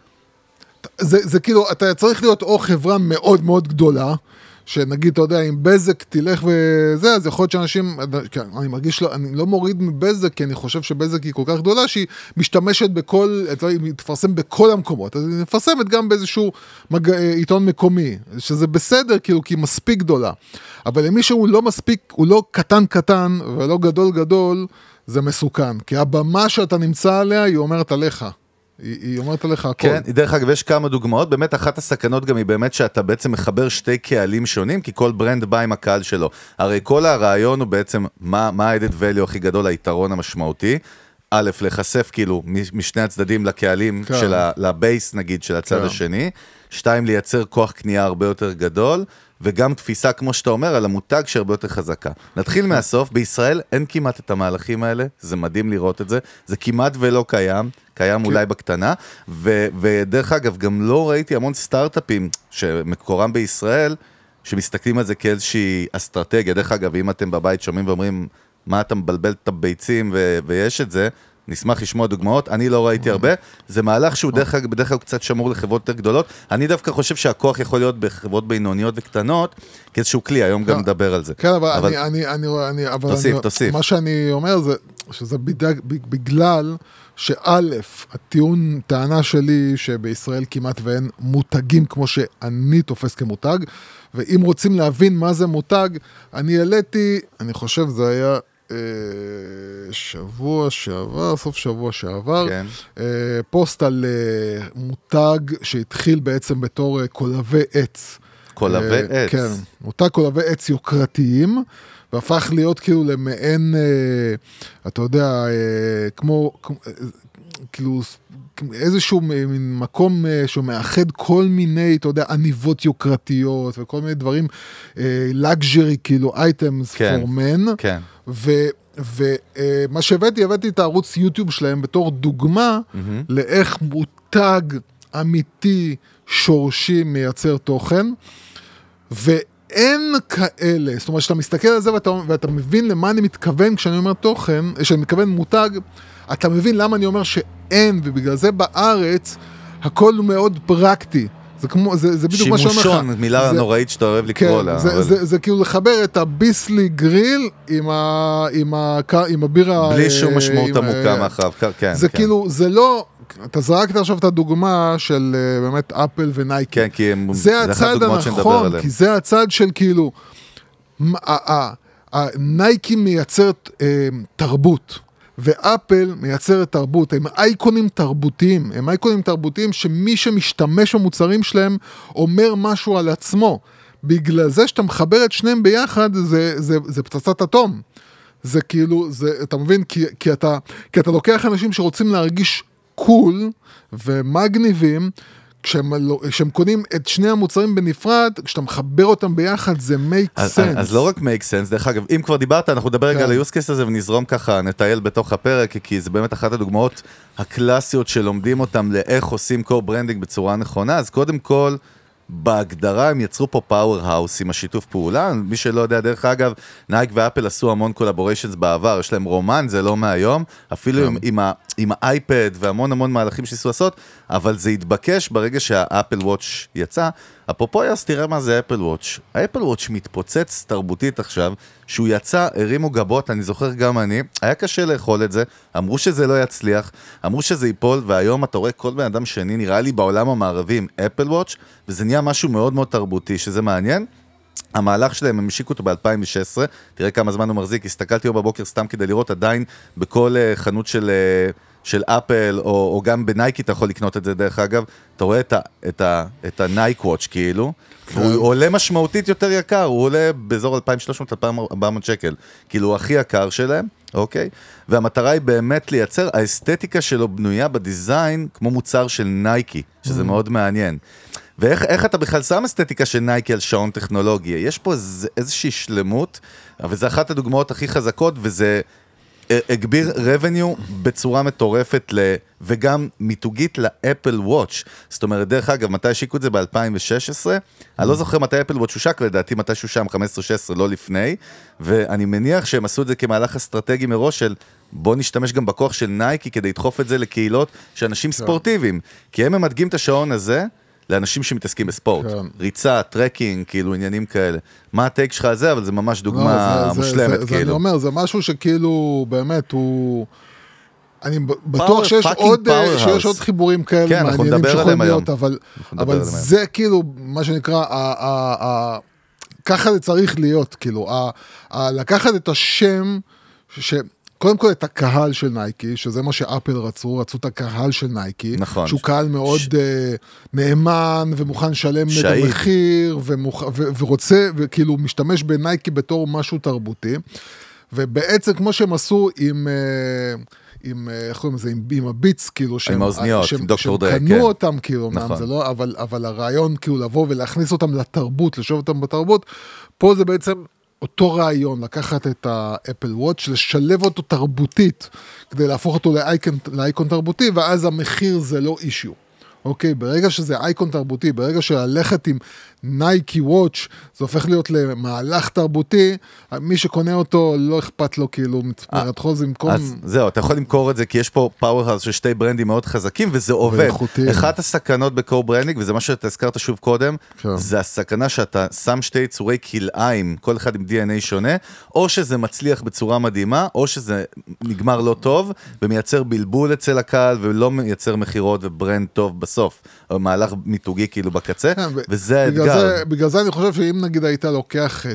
זה כאילו, אתה צריך להיות או חברה מאוד מאוד גדולה, שנגיד, אתה יודע, אם בזק תלך וזה, אז יכול להיות שאנשים, אני מרגיש, אני לא מוריד מבזק, כי אני חושב שבזק היא כל כך גדולה, שהיא משתמשת היא תפרסם בכל המקומות, אז היא מפרסמת גם באיזשהו עיתון מקומי, שזה בסדר, כאילו, כי היא מספיק גדולה. אבל למי שהוא לא מספיק, הוא לא קטן ולא גדול, זה מסוכן, כי הבמה שאתה נמצא עליה, היא אומרת עליך. היא אומרת עליך הכל. כן, דרך אגב, יש כמה דוגמאות, באמת אחת הסכנות גם היא באמת שאתה בעצם מחבר שתי קהלים שונים, כי כל ברנד בא עם הקהל שלו. הרי כל הרעיון הוא בעצם, מה ה-added value הכי גדול, היתרון המשמעותי, א', לחשף כאילו משני הצדדים לקהלים של לבייס נגיד של הצד השני, 2, לייצר כוח קנייה הרבה יותר גדול, וגם תפיסה כמו שאתה אומר על המותג שהרבה יותר חזקה. נתחיל מהסוף, בישראל אין כמעט את המהלכים האלה, זה מדהים לראות את זה, זה כמעט ולא קיים אולי בקטנה, ודרך אגב גם לא ראיתי המון סטארט-אפים שמקורם בישראל, שמסתכלים על זה כאיזושהי אסטרטגיה. דרך אגב, אם אתם בבית שומעים ואומרים, מה אתה מבלבל את הביצים ויש את זה, נשמח לשמוע דוגמאות, אני לא ראיתי הרבה, זה מהלך שהוא בדרך כלל קצת שמור לחברות יותר גדולות, אני דווקא חושב שהכוח יכול להיות בחברות בינוניות וקטנות, כאיזשהו כלי, היום גם נדבר על זה. כן, אבל תוסיף. מה שאני אומר זה, שזה בגלל שא', טענה שלי שבישראל כמעט ואין מותגים כמו שאני תופס כמותג, ואם רוצים להבין מה זה מותג, אני העליתי, אני חושב זה היה סוף שבוע שעבר, פוסט על מותג שהתחיל בעצם בתור קולבי עץ. קולבי עץ? כן, מותג קולבי עץ יוקרתיים, והפך להיות כאילו למעין, אתה יודע, כמו כאילו איזשהו מקום שמאחד כל מיני, אתה יודע, עניבות יוקרתיות וכל מיני דברים, luxury, כאילו, items for men. כן. ומה שהבאתי את הערוץ יוטיוב שלהם בתור דוגמה לאיך מותג אמיתי שורשי מייצר תוכן, ואין כאלה, זאת אומרת, שאתה מסתכל על זה ואתה מבין למה אני מתכוון כשאני אומר תוכן, כשאני מתכוון מותג, אתה מבין למה אני אומר שאין, ובגלל זה בארץ הכל הוא מאוד פרקטי. זה כמו, זה בדיוק מה שאומר לך. שימושון, מילה נוראית שאתה אוהב לקרוא לה. זה כאילו לחבר את הביסלי גריל עם הבירה. בלי שום משמעות עמוקה מאחריו, כן. זה כאילו, זה לא, אתה זרקת עכשיו את הדוגמה של באמת אפל ונייקי. כן, כי זה הצד הנכון, כי זה הצד של כאילו, נייקי מייצרת תרבות. ואפל מייצרת תרבות, הם אייקונים תרבותיים, שמי שמשתמש במוצרים שלהם אומר משהו על עצמו. בגלל זה שאתה מחבר את שניהם ביחד, זה פצצת אטום. זה כאילו, אתה מבין, כי אתה לוקח אנשים שרוצים להרגיש קול ומגניבים, כשהם קונים את שני המוצרים בנפרד, כשאתה מחבר אותם ביחד, זה make sense. אז לא רק make sense, דרך אגב, אם כבר דיברת, אנחנו נדבר רגע על ה-use case הזה, ונזרום ככה, נטייל בתוך הפרק, כי זה באמת אחת הדוגמאות הקלאסיות שלומדים אותם לאיך עושים co-branding בצורה נכונה, אז קודם כל, בהגדרה הם יצרו פה פאוור-האוס עם השיתוף פעולה, מי שלא יודע, דרך אגב, נייק ואפל עשו המון קולבוריישנס בעבר, יש להם רומן, זה לא מהיום, אפילו עם האייפד והמון מהלכים שעשו לעשות, אבל זה התבקש ברגע שהאפל וואץ' יצא. אפרופו יס, תראה מה זה אפל וואץ'. האפל וואץ' מתפוצץ תרבותית עכשיו, שהוא יצא, הרימו גבות, אני זוכר גם אני, היה קשה לאכול את זה, אמרו שזה לא יצליח, אמרו שזה ייפול, והיום אתה רואה כל בן אדם שני, נראה לי בעולם המערבי עם אפל וואץ', וזה נהיה משהו מאוד מאוד תרבותי, שזה מעניין. המהלך שלהם, הם השיקו אותו ב-2016, תראה כמה זמן הוא מחזיק, הסתכלתי היום בבוקר סתם כדי לראות עדיין בכל חנות של אפל, או גם בנייקי אתה יכול לקנות את זה דרך אגב, אתה רואה את הנייק וואץ' כאילו, הוא עולה משמעותית יותר יקר, הוא עולה באזור 2,300-2,400 שקל, כאילו הוא הכי יקר שלהם, אוקיי? והמטרה היא באמת לייצר, האסתטיקה שלו בנויה בדיזיין, כמו מוצר של נייקי, שזה מאוד מעניין. ואיך אתה בכלל שם אסתטיקה של נייקי על שעון טכנולוגי? יש פה איזושהי שלמות, אבל זה אחת הדוגמאות הכי חזקות, וזה הגביר revenue בצורה מטורפת, וגם מיתוגית לאפל וואץ'. זאת אומרת, דרך אגב, מתי השיקו את זה ב-2016? אני לא זוכר מתי אפל וואץ' הושק, לדעתי מתי שושם 15-16, לא לפני, ואני מניח שהם עשו את זה כמהלך אסטרטגי מראש של בוא נשתמש גם בכוח של נייקי, כדי לדחוף את זה לקהילות של אנשים ספורטיביים, כי הם מדגים את השעון הזה, לאנשים שמתעסקים בספורט, ריצה, טרקינג, כאילו עניינים כאלה. מה הטייק שלך על זה? אבל זה ממש דוגמה מושלמת, כאילו. אני אומר, זה משהו שכאילו, באמת, הוא... אני בטוח שיש עוד חיבורים כאלה מעניינים שיכולים להיות, אבל זה כאילו, מה שנקרא, ככה זה צריך להיות, כאילו, לקחת את השם, קודם כל את הקהל של נייקי, שזה מה שאפל רצו את הקהל של נייקי, נכון. שהוא קהל מאוד נאמן ומוכן לשלם את המחיר, ורוצה, וכאילו משתמש בנייקי בתור משהו תרבותי, ובעצם כמו שהם עשו עם הביטס, כאילו, עם האוזניות, עם דוקטור דרק, קנו אותם, כאילו, זה לא, אבל הרעיון, כאילו, לבוא ולהכניס אותם לתרבות, לשוב אותם בתרבות, פה זה בעצם אותו רעיון, לקחת את האפל וואץ', לשלב אותו תרבותית, כדי להפוך אותו לאייקון תרבותי, ואז המחיר זה לא אישיו. אוקיי, ברגע שזה אייקון תרבותי, ברגע שללכת עם נייקי וואץ', זה הופך להיות למהלך תרבותי, מי שקונה אותו לא אכפת לו, כאילו, מצפרת חוז במקום... אז זהו, אתה יכול למכור את זה, כי יש פה פאוור-האוס של שתי ברנדים מאוד חזקים, וזה עובד. אחת הסכנות בקו-ברנדינג, וזה מה שאתה הזכרת שוב קודם, זה הסכנה שאתה שם שתי יצורי כלאיים, כל אחד עם DNA שונה, או שזה מצליח בצורה מדהימה, או שזה נגמר לא טוב, ומייצר בלבול אצל הקהל, ולא מייצר מחירות וברנד טוב בסוף, או מהלך מיתוגי כאילו בקצה, וזה האתגר. בגלל זה אני חושב שאם נגיד היית לוקח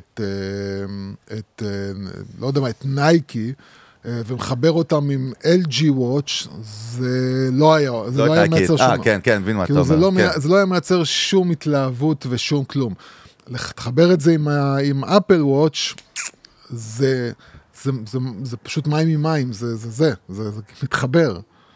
לא יודע מה, את נייקי, ומחבר אותם עם LG Watch, זה לא היה מייצר שום... כן, מבין מה אתה אומר. זה לא היה מייצר שום התלהבות ושום כלום. לחבר את זה עם אפל וואץ', זה פשוט מים עם מים, זה מתחבר.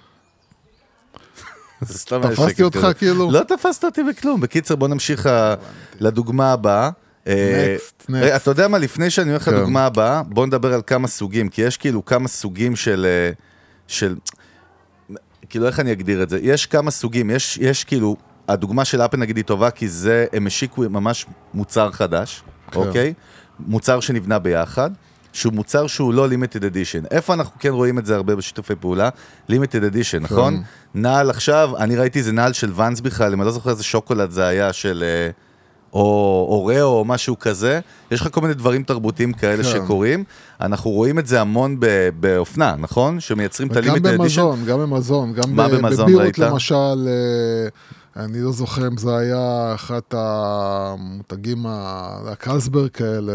תפסתי אותך כאילו? לא תפסת אותי בכלום. בקיצר, בוא נמשיך לדוגמה הבאה. אתה יודע מה, לפני שאני הולך לדוגמה הבאה, בוא נדבר על כמה סוגים, כי יש כאילו כמה סוגים של כאילו איך אני אגדיר את זה? יש כמה סוגים, יש כאילו, הדוגמה של אפל נגיד היא טובה, כי זה, הם השיקו ממש מוצר חדש, אוקיי? מוצר שנבנה ביחד. שהוא מוצר שהוא לא limited edition. איפה אנחנו כן רואים את זה הרבה בשיתופי פעולה? limited edition, נכון? נעל עכשיו, אני ראיתי זה נעל של ואנס בכלל, אם אני לא זוכר איזה שוקולד זה היה של אוראו או משהו כזה, יש לך כל מיני דברים תרבותיים כאלה שקורים, אנחנו רואים את זה המון באופנה, נכון? שמייצרים את ה-limited edition. גם במזון, גם במזון בבירות למשל, אני לא זוכר אם זה היה אחת המותגים, הקלסברג כאלה,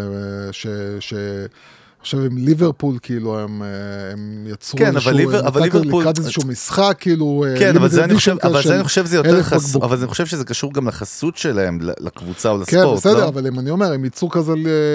עכשיו עם ליברפול, כאילו, הם יצרו לקראת איזשהו משחק, כאילו... כן, אבל זה אני חושב שזה יותר חסות, אבל אני חושב שזה קשור גם לחסות שלהם, לקבוצה או לספורט, כן, בסדר, אבל אם אני אומר, הם יצרו כזה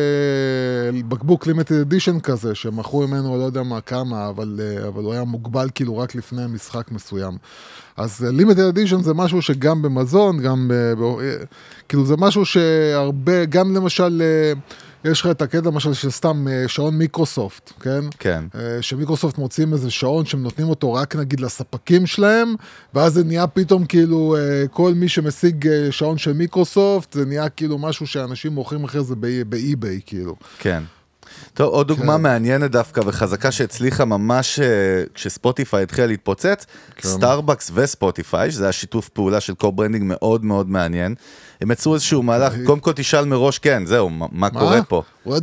בקבוק לימיטד אדישן כזה, שמכרו ממנו, לא יודע מה כמה, אבל הוא היה מוגבל כאילו רק לפני משחק מסוים. אז לימיטד אדישן זה משהו שגם במזון, גם כאילו זה משהו שהרבה, גם למשל... יש לך את הקטע למשל של סתם שעון מיקרוסופט, כן? כן. שמיקרוסופט מוצאים איזה שעון שהם נותנים אותו רק נגיד לספקים שלהם, ואז זה נהיה פתאום כאילו כל מי שמשיג שעון של מיקרוסופט, זה נהיה כאילו משהו שאנשים מוכרים אחרי זה באי-ביי כאילו. כן. טוב, עוד דוגמה מעניינת דווקא וחזקה שהצליחה ממש כשספוטיפיי התחילה להתפוצץ, סטארבקס וספוטיפיי, שזה היה שיתוף פעולה של קו-ברנדינג מאוד מאוד מעניין. הם יצרו איזשהו מהלך, קודם כל תשאל מראש, כן, זהו, מה קורה פה?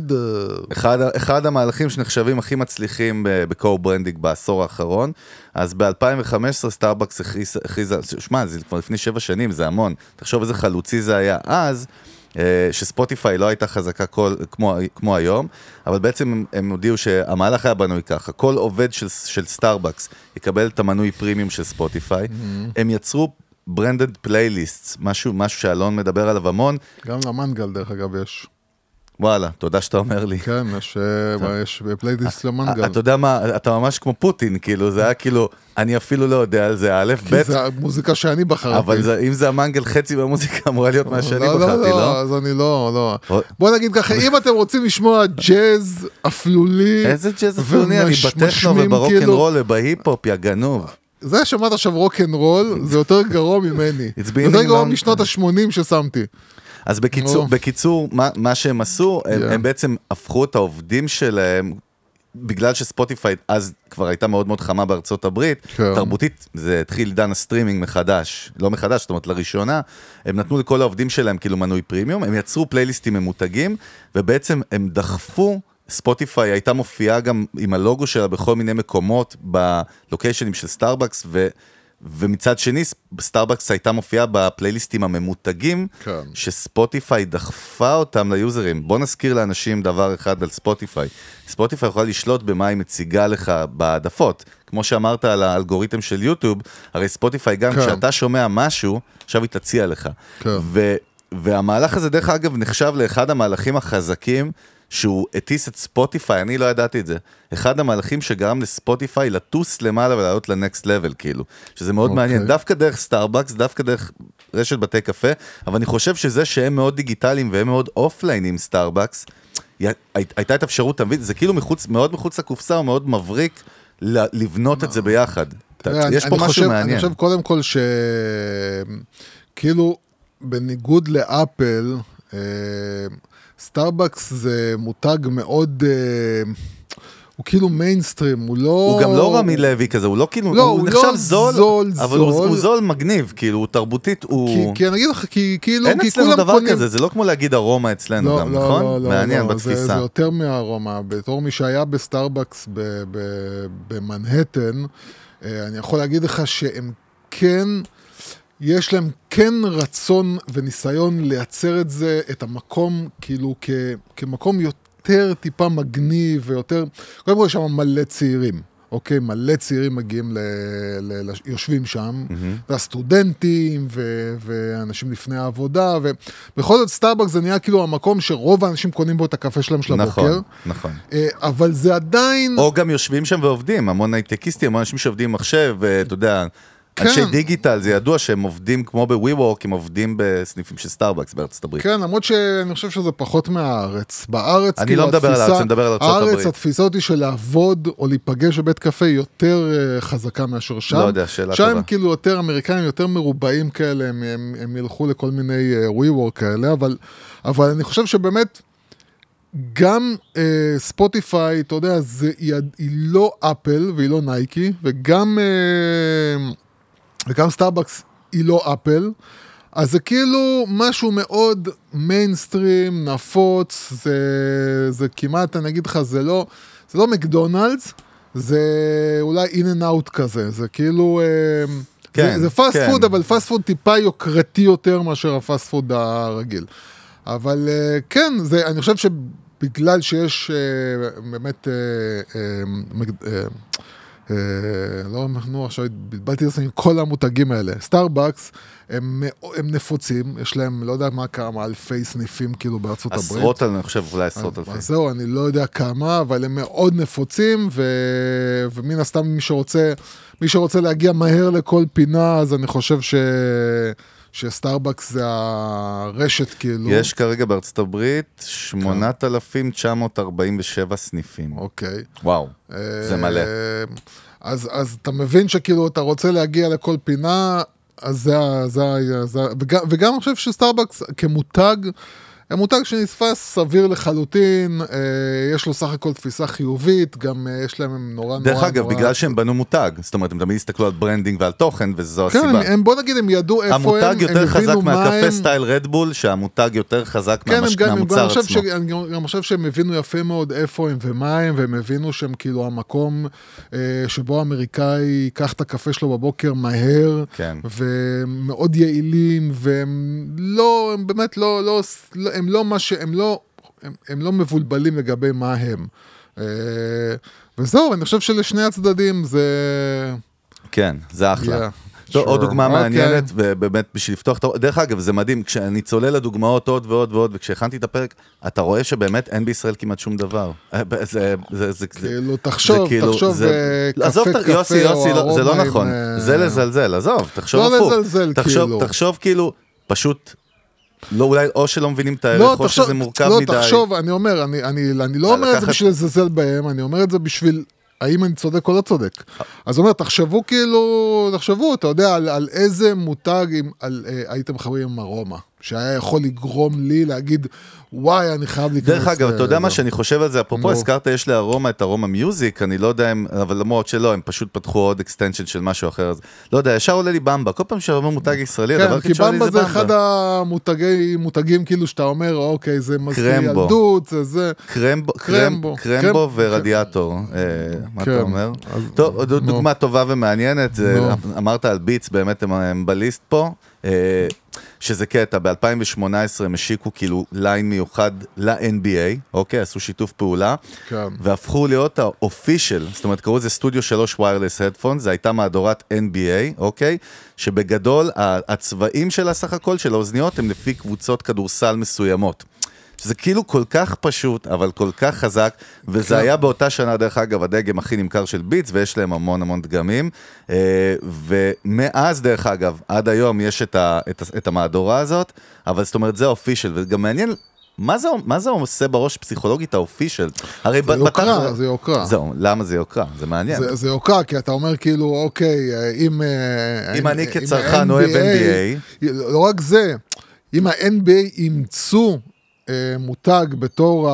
אחד המהלכים שנחשבים הכי מצליחים בקו-ברנדינג בעשור האחרון, אז ב-2015 סטארבקס הכריזה, שמע, זה כבר לפני 7 שנים, זה המון, תחשוב איזה חלוצי זה היה אז, שספוטיפיי לא הייתה חזקה כמו היום, אבל בעצם הם הודיעו שהמהלך היה בנוי ככה, כל עובד של סטארבקס יקבל את המנוי פרימיום של ספוטיפיי, הם יצרו ברנדד פלייליסט, משהו שאלון מדבר עליו המון. גם למנגל דרך אגב יש. וואלה, תודה שאתה אומר לי. כן, יש פלייליסט למנגל. אתה יודע מה, אתה ממש כמו פוטין, כאילו, זה היה כאילו, אני אפילו לא יודע על זה, א', ב'. כי זה המוזיקה שאני בחרתי. אבל אם זה המנגל, חצי מהמוזיקה אמורה להיות מה שאני בחרתי, לא? לא, אז אני לא. בוא נגיד ככה, אם אתם רוצים לשמוע ג'אז אפלולי, איזה ג'אז אפלולי? אני בטכנו וברוק'נ'רול ובהיפ-הופ, יא גנוב. זה שמעת עכשיו רוק'נ'רול, זה יותר גרוע ממני. זה יותר גרוע משנות ה-80 ששמתי. אז בקיצור, מה שהם עשו, הם בעצם הפכו את העובדים שלהם, בגלל שספוטיפיי אז כבר הייתה מאוד מאוד חמה בארצות הברית, תרבותית, זה התחיל עידן הסטרימינג מחדש, לא מחדש, זאת אומרת לראשונה, הם נתנו לכל העובדים שלהם כאילו מנוי פרימיום, הם יצרו פלייליסטים ממותגים, ובעצם הם דחפו, ספוטיפיי הייתה מופיעה גם עם הלוגו שלה בכל מיני מקומות, בלוקיישנים של סטארבקס, ומצד שני, סטארבקס הייתה מופיעה בפלייליסטים הממותגים, כן. שספוטיפיי דחפה אותם ליוזרים. בוא נזכיר לאנשים דבר אחד על ספוטיפיי. ספוטיפיי יכולה לשלוט במה היא מציגה לך בעדפות. כמו שאמרת על האלגוריתם של יוטיוב, הרי ספוטיפיי גם כשאתה שומע משהו, עכשיו היא תציע לך. כן. והמהלך הזה דרך אגב נחשב לאחד המהלכים החזקים, שהוא הטיס את ספוטיפיי, אני לא ידעתי את זה. אחד המהלכים שגרם לספוטיפיי לטוס למעלה ולעלות לנקסט לבל, כאילו. שזה מאוד מעניין. דווקא דרך סטארבקס, דווקא דרך רשת בתי קפה, אבל אני חושב שזה שהם מאוד דיגיטליים והם מאוד אופליין עם סטארבקס, הייתה את אפשרות, זה כאילו מאוד מחוץ לקופסה, הוא מאוד מבריק לבנות את זה ביחד. יש פה משהו מעניין. אני חושב קודם כל כאילו, בניגוד לאפל, סטארבקס זה מותג מאוד, הוא כאילו מיינסטרים, הוא לא... הוא גם לא רמי לוי כזה, הוא לא כאילו, הוא נחשב זול, אבל הוא זול מגניב, כאילו, הוא תרבותית, הוא... כי אני אגיד לך, כי כאילו... אין אצלנו דבר כזה, זה לא כמו להגיד ארומה אצלנו גם, נכון? מעניין בתפיסה. זה יותר מהארומה, בתור מי שהיה בסטארבקס במנהטן, אני יכול להגיד לך שהם כן... יש להם כן רצון וניסיון לייצר את זה, את המקום, כאילו, כמקום יותר טיפה מגניב ויותר, קודם כל יש שם מלא צעירים, אוקיי? מלא צעירים מגיעים, יושבים שם, הסטודנטים ואנשים לפני העבודה, ובכל זאת סטארבקס זה נהיה כאילו המקום שרוב האנשים קונים בו את הקפה שלהם של הבוקר. נכון. אבל זה עדיין... או גם יושבים שם ועובדים, המון הייטקיסטים, המון אנשים שעובדים מחשב, ואתה יודע... אנשי דיגיטל, זה ידוע שהם עובדים כמו ב-WeWork, הם עובדים בסניפים של סטארבקס בארצות הברית. כן, למרות שאני חושב שזה פחות מהארץ. בארץ, אני לא מדבר על הארץ, אני מדבר על ארצות הברית. הארץ, התפיסה אותי של לעבוד או להיפגש בבית קפה יותר חזקה מאשר שם. לא יודע, שאלה טובה. שם כאילו יותר אמריקאים, יותר מרובעים כאלה, הם ילכו לכל מיני WeWork כאלה, אבל אני חושב שבאמת, גם ספוטיפיי, אתה יודע, היא לא אפל והיא לא נייקי, וגם סטארבקס היא לא אפל, אז זה כאילו משהו מאוד מיינסטרים, נפוץ, זה כמעט, אני אגיד לך, זה לא מקדונלדס, זה אולי אין אנד אאוט כזה, זה כאילו, זה פאסט פוד, אבל פאסט פוד טיפה יוקרתי יותר מאשר הפאסט פוד הרגיל. אבל כן, אני חושב שבגלל שיש באמת, עכשיו בלבלתי את זה עם כל המותגים האלה. סטארבקס, הם נפוצים, יש להם, לא יודע מה כמה, אלפי סניפים כאילו בארצות הברית. עשרות, אני חושב, אולי עשרות אלפי. אז זהו, אני לא יודע כמה, אבל הם מאוד נפוצים, ומן הסתם מי שרוצה להגיע מהר לכל פינה, אז אני חושב שסטארבקס זה הרשת כאילו. יש כרגע בארצות הברית 8,947 סניפים. אוקיי. וואו, זה מלא. אז אתה מבין שכאילו אתה רוצה להגיע לכל פינה, אז וגם אני חושב שסטארבקס כמותג, המותג שנתפס סביר לחלוטין, יש לו סך הכל תפיסה חיובית, גם יש להם נורא... דרך אגב, בגלל שהם בנו מותג, זאת אומרת, הם תמיד הסתכלו על ברנדינג ועל תוכן, וזו הסיבה. כן, בוא נגיד, הם ידעו איפה הם, המותג יותר חזק מהקפה סטייל רדבול, שהמותג יותר חזק מהמוצר עצמו. אני גם חושב שהם הבינו יפה מאוד איפה הם ומה הם, והם הבינו שהם כאילו המקום שבו האמריקאי ייקח את הקפה שלו בבוקר מהר, ומאוד יעילים, והם לא, הם באמת לא, הם לא מה שהם לא, הם לא מבולבלים לגבי מה הם. וזהו, אני חושב שלשני הצדדים זה... כן, זה אחלה. טוב, עוד דוגמה מעניינת, ובאמת בשביל לפתוח את... דרך אגב, זה מדהים, כשאני צולל לדוגמאות עוד ועוד ועוד, וכשהכנתי את הפרק, אתה רואה שבאמת אין בישראל כמעט שום דבר. כאילו, תחשוב, קפה, יוסי, זה לא נכון. זה לזלזל, עזוב, תחשוב הפוך. תחשוב כאילו, פשוט... לא, אולי או שלא מבינים את הערך, או שזה מורכב מדי. לא, תחשוב, אני אומר, אני לא אומר את זה בשביל לזלזל בהם, אני אומר את זה בשביל, האם אני צודק או לא צודק. אז אומר, תחשבו, אתה יודע, על איזה מותג הייתם חברים עם ארומה. שהיה יכול לגרום לי להגיד, וואי, אני חייב להיכנס. דרך אגב, אתה יודע מה שאני חושב על זה, אפרופו, הזכרת, יש לארומה את ארומה מיוזיק, אני לא יודע, אבל למרות שלא, הם פשוט פתחו עוד אקסטנשן של משהו אחר, אז לא יודע, ישר עולה לי במבה, כל פעם שאומר מותג ישראלי, הדבר הכי שואלי זה במבה. כי במבה זה אחד המותגים כאילו שאתה אומר, אוקיי, זה מזכיר ילדות, זה... קרמבו ורדיאטור, מה אתה אומר? טוב, דוגמה טובה ומעניינת, אמרת על ביטס, באמת הם בליסט פה, שזה קטע, ב-2018 הם השיקו כאילו ליין מיוחד ל-NBA, אוקיי, עשו שיתוף פעולה, והפכו להיות האופישל, זאת אומרת, קראו זה סטודיו 3 ויירלס הדפון, זה הייתה מהדורת NBA, אוקיי, שבגדול הצבעים של הסך הכל של האוזניות הם לפי קבוצות כדורסל מסוימות. שזה כאילו כל כך פשוט, אבל כל כך חזק, וזה היה באותה שנה, דרך אגב, הדגם הכי נמכר של ביטס, ויש להם המון דגמים, ומאז, דרך אגב, עד היום יש את המהדורה הזאת, אבל זאת אומרת, זה האופישל, וגם מעניין, מה זה עושה בראש פסיכולוגית האופישל? זה יוקרה, זה יוקרה. זהו, למה זה יוקרה? זה מעניין. זה יוקרה, כי אתה אומר כאילו, אוקיי, אם אני כצרכן אוהב NBA, לא רק זה, אם ה-NBA ימצאו מותג בתור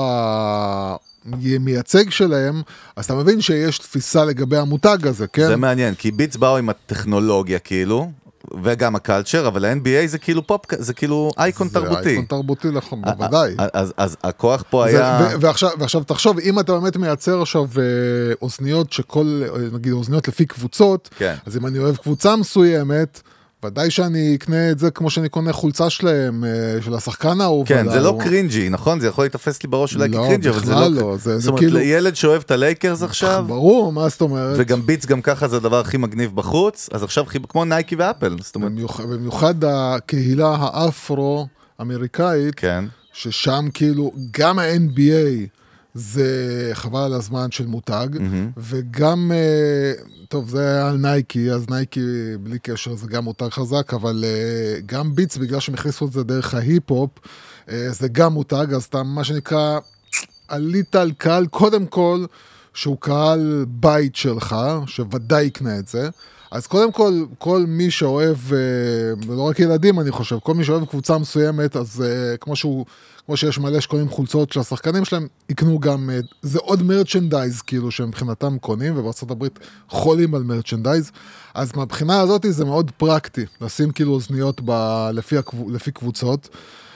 המייצג שלהם, אז אתה מבין שיש תפיסה לגבי המותג הזה, כן? זה מעניין, כי ביטס באו עם הטכנולוגיה כאילו, וגם הקלצ'ר, אבל ה-NBA זה כאילו פופ, זה כאילו אייקון תרבותי. זה אייקון תרבותי, בוודאי. אז הכוח פה היה... ועכשיו תחשוב, אם אתה באמת מייצר עכשיו אוזניות שכל, נגיד אוזניות לפי קבוצות, אז אם אני אוהב קבוצה מסוימת, ודאי שאני אקנה את זה כמו שאני קונה חולצה שלהם, של השחקן האהוב. כן, זה לא קרינג'י, נכון? זה יכול להתאפס לי בראש אולי כקרינג'י, אבל זה לא... זאת אומרת, לילד שאוהב את הלייקרס עכשיו... ברור, מה זאת אומרת? וגם ביטס גם ככה זה הדבר הכי מגניב בחוץ, אז עכשיו כמו נייקי ואפל, זאת אומרת... במיוחד הקהילה האפרו-אמריקאית, ששם כאילו גם ה-NBA זה חבל על הזמן של מותג, וגם... טוב, זה היה על נייקי, אז נייקי בלי קשר זה גם מותג חזק, אבל גם ביטס, בגלל שהם הכניסו את זה דרך ההיפ-הופ, זה גם מותג, אז אתה מה שנקרא, עלית על קהל, קודם כל, שהוא קהל בית שלך, שוודאי יקנה את זה, אז קודם כל, כל מי שאוהב, ולא רק ילדים אני חושב, כל מי שאוהב קבוצה מסוימת, אז כמו שיש מלא שקונים חולצות של השחקנים שלהם, יקנו גם, זה עוד מרצ'נדייז, כאילו שמבחינתם קונים, ובארצות הברית חולים על מרצ'נדייז, אז מהבחינה הזאת זה מאוד פרקטי, לשים כאילו אוזניות לפי קבוצות,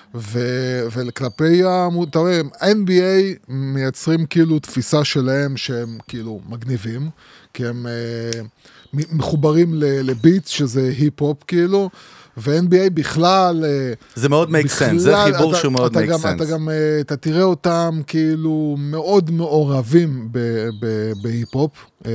וכלפי אתה רואה, NBA מייצרים כאילו תפיסה שלהם שהם כאילו מגניבים, כי הם מחוברים לביטס, שזה היפ-הופ כאילו, ו-NBA בכלל... זה מאוד make sense, זה חיבור שהוא מאוד make sense. אתה תראה אותם כאילו מאוד מעורבים בהיפ-הופ,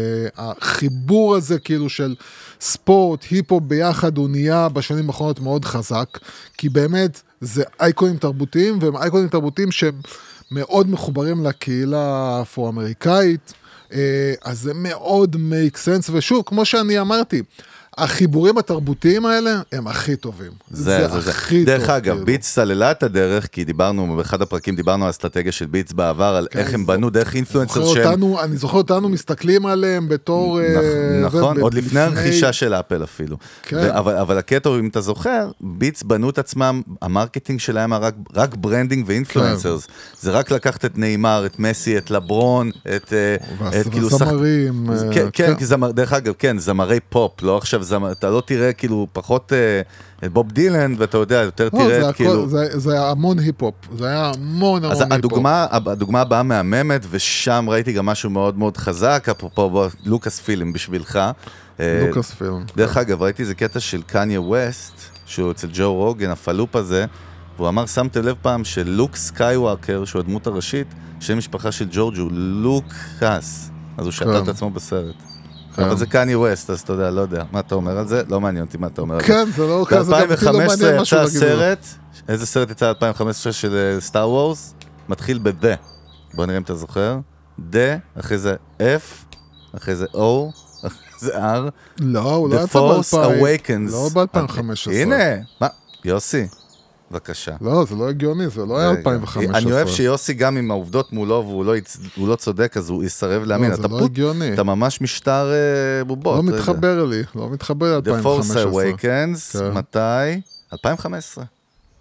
החיבור הזה כאילו של ספורט, היפ-הופ ביחד הוא נהיה בשנים האחרונות מאוד חזק, כי באמת זה אייקונים תרבותיים, והם אייקונים תרבותיים שהם מאוד מחוברים לקהילה האפרו-אמריקאית, אז זה מאוד make sense, ושוב, כמו שאני אמרתי, החיבורים התרבותיים האלה הם הכי טובים. זה הכי טוב. דרך אגב, ביטס סללה את הדרך, כי דיברנו, באחד הפרקים דיברנו על האסטרטגיה של ביטס בעבר, על איך הם בנו דרך אינפלואנסר שהם... אני זוכר אותנו מסתכלים עליהם בתור... נכון, עוד לפני הרכישה של אפל אפילו. אבל הקטע, אם אתה זוכר, ביטס בנו את עצמם, המרקטינג שלהם רק ברנדינג ואינפלואנסרס. זה רק לקחת את ניימר, את מסי, את לברון, את כאילו... זמרים. כן, דרך אגב, כן, זמרי פופ, לא עכשיו אתה לא תראה כאילו פחות את בוב דילן, ואתה יודע, יותר תראה כאילו... זה היה המון היפ-הופ, זה היה המון אז הדוגמה הבאה מהממת, ושם ראיתי גם משהו מאוד מאוד חזק, אפרופו לוקאס פילם בשבילך. לוקאס פילם. דרך אגב, ראיתי איזה קטע של קניה ווסט, שהוא אצל ג'ו רוגן, הפלופ הזה, והוא אמר, שמתם לב פעם שלוק סקייווקר, שהוא הדמות הראשית, שם משפחה של ג'ורג' הוא לוקאס, אז הוא שתל את עצמו בסרט. אבל זה קני ווסט, אז אתה יודע, לא יודע. מה אתה אומר על זה? לא מעניין אותי מה אתה אומר על זה. כן, זה לא כזה, ב-2015 יצא סרט, איזה סרט יצא 2015 של סטאר וורס? מתחיל ב-The. בוא נראה אם אתה זוכר. The, אחרי זה F, אחרי זה O, אחרי זה R. לא, הוא לא יצא ב-2015. The Force Awakens. לא ב-2015. הנה, מה? יוסי. בבקשה. לא, זה לא הגיוני, זה לא היה 2015. אני אוהב שיוסי גם עם העובדות מולו, והוא לא צודק, אז הוא יסרב להאמין. זה לא הגיוני. אתה ממש משטר בובות. לא מתחבר לי, לא מתחבר ל-2015. The Force Awakens, מתי? 2015.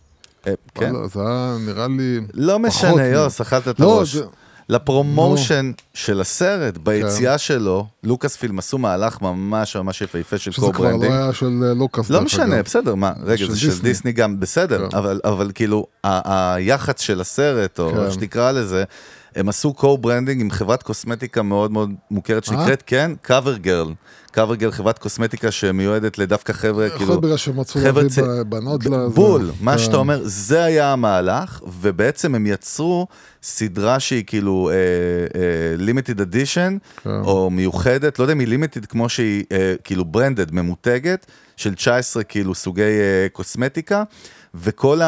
כן. זה היה נראה לי... לא משנה, יוס, אכלת את הראש. לפרומושן של הסרט, ביציאה שלו, לוקאס פילם עשו מהלך ממש ממש יפהפה של קו-ברנדינג. שזה כבר לא היה של לוקאס. לא משנה, בסדר, מה, רגע, זה של דיסני גם, בסדר, אבל כאילו, היח"צ של הסרט, או איך שתקרא לזה, הם עשו קו-ברנדינג עם חברת קוסמטיקה מאוד מאוד מוכרת שנקראת, כן, קאברגרל. קאברגרל, חברת קוסמטיקה שמיועדת לדווקא חבר'ה, כאילו... יכול בגלל שהם רצו להביא בנות לזה. בול, מה שאתה אומר, זה היה המהלך, ובעצם הם יצרו סדרה שהיא כאילו limited edition, או מיוחדת, לא יודע אם היא limited כמו שהיא כאילו branded, ממותגת, של 19 כאילו סוגי קוסמטיקה, וכל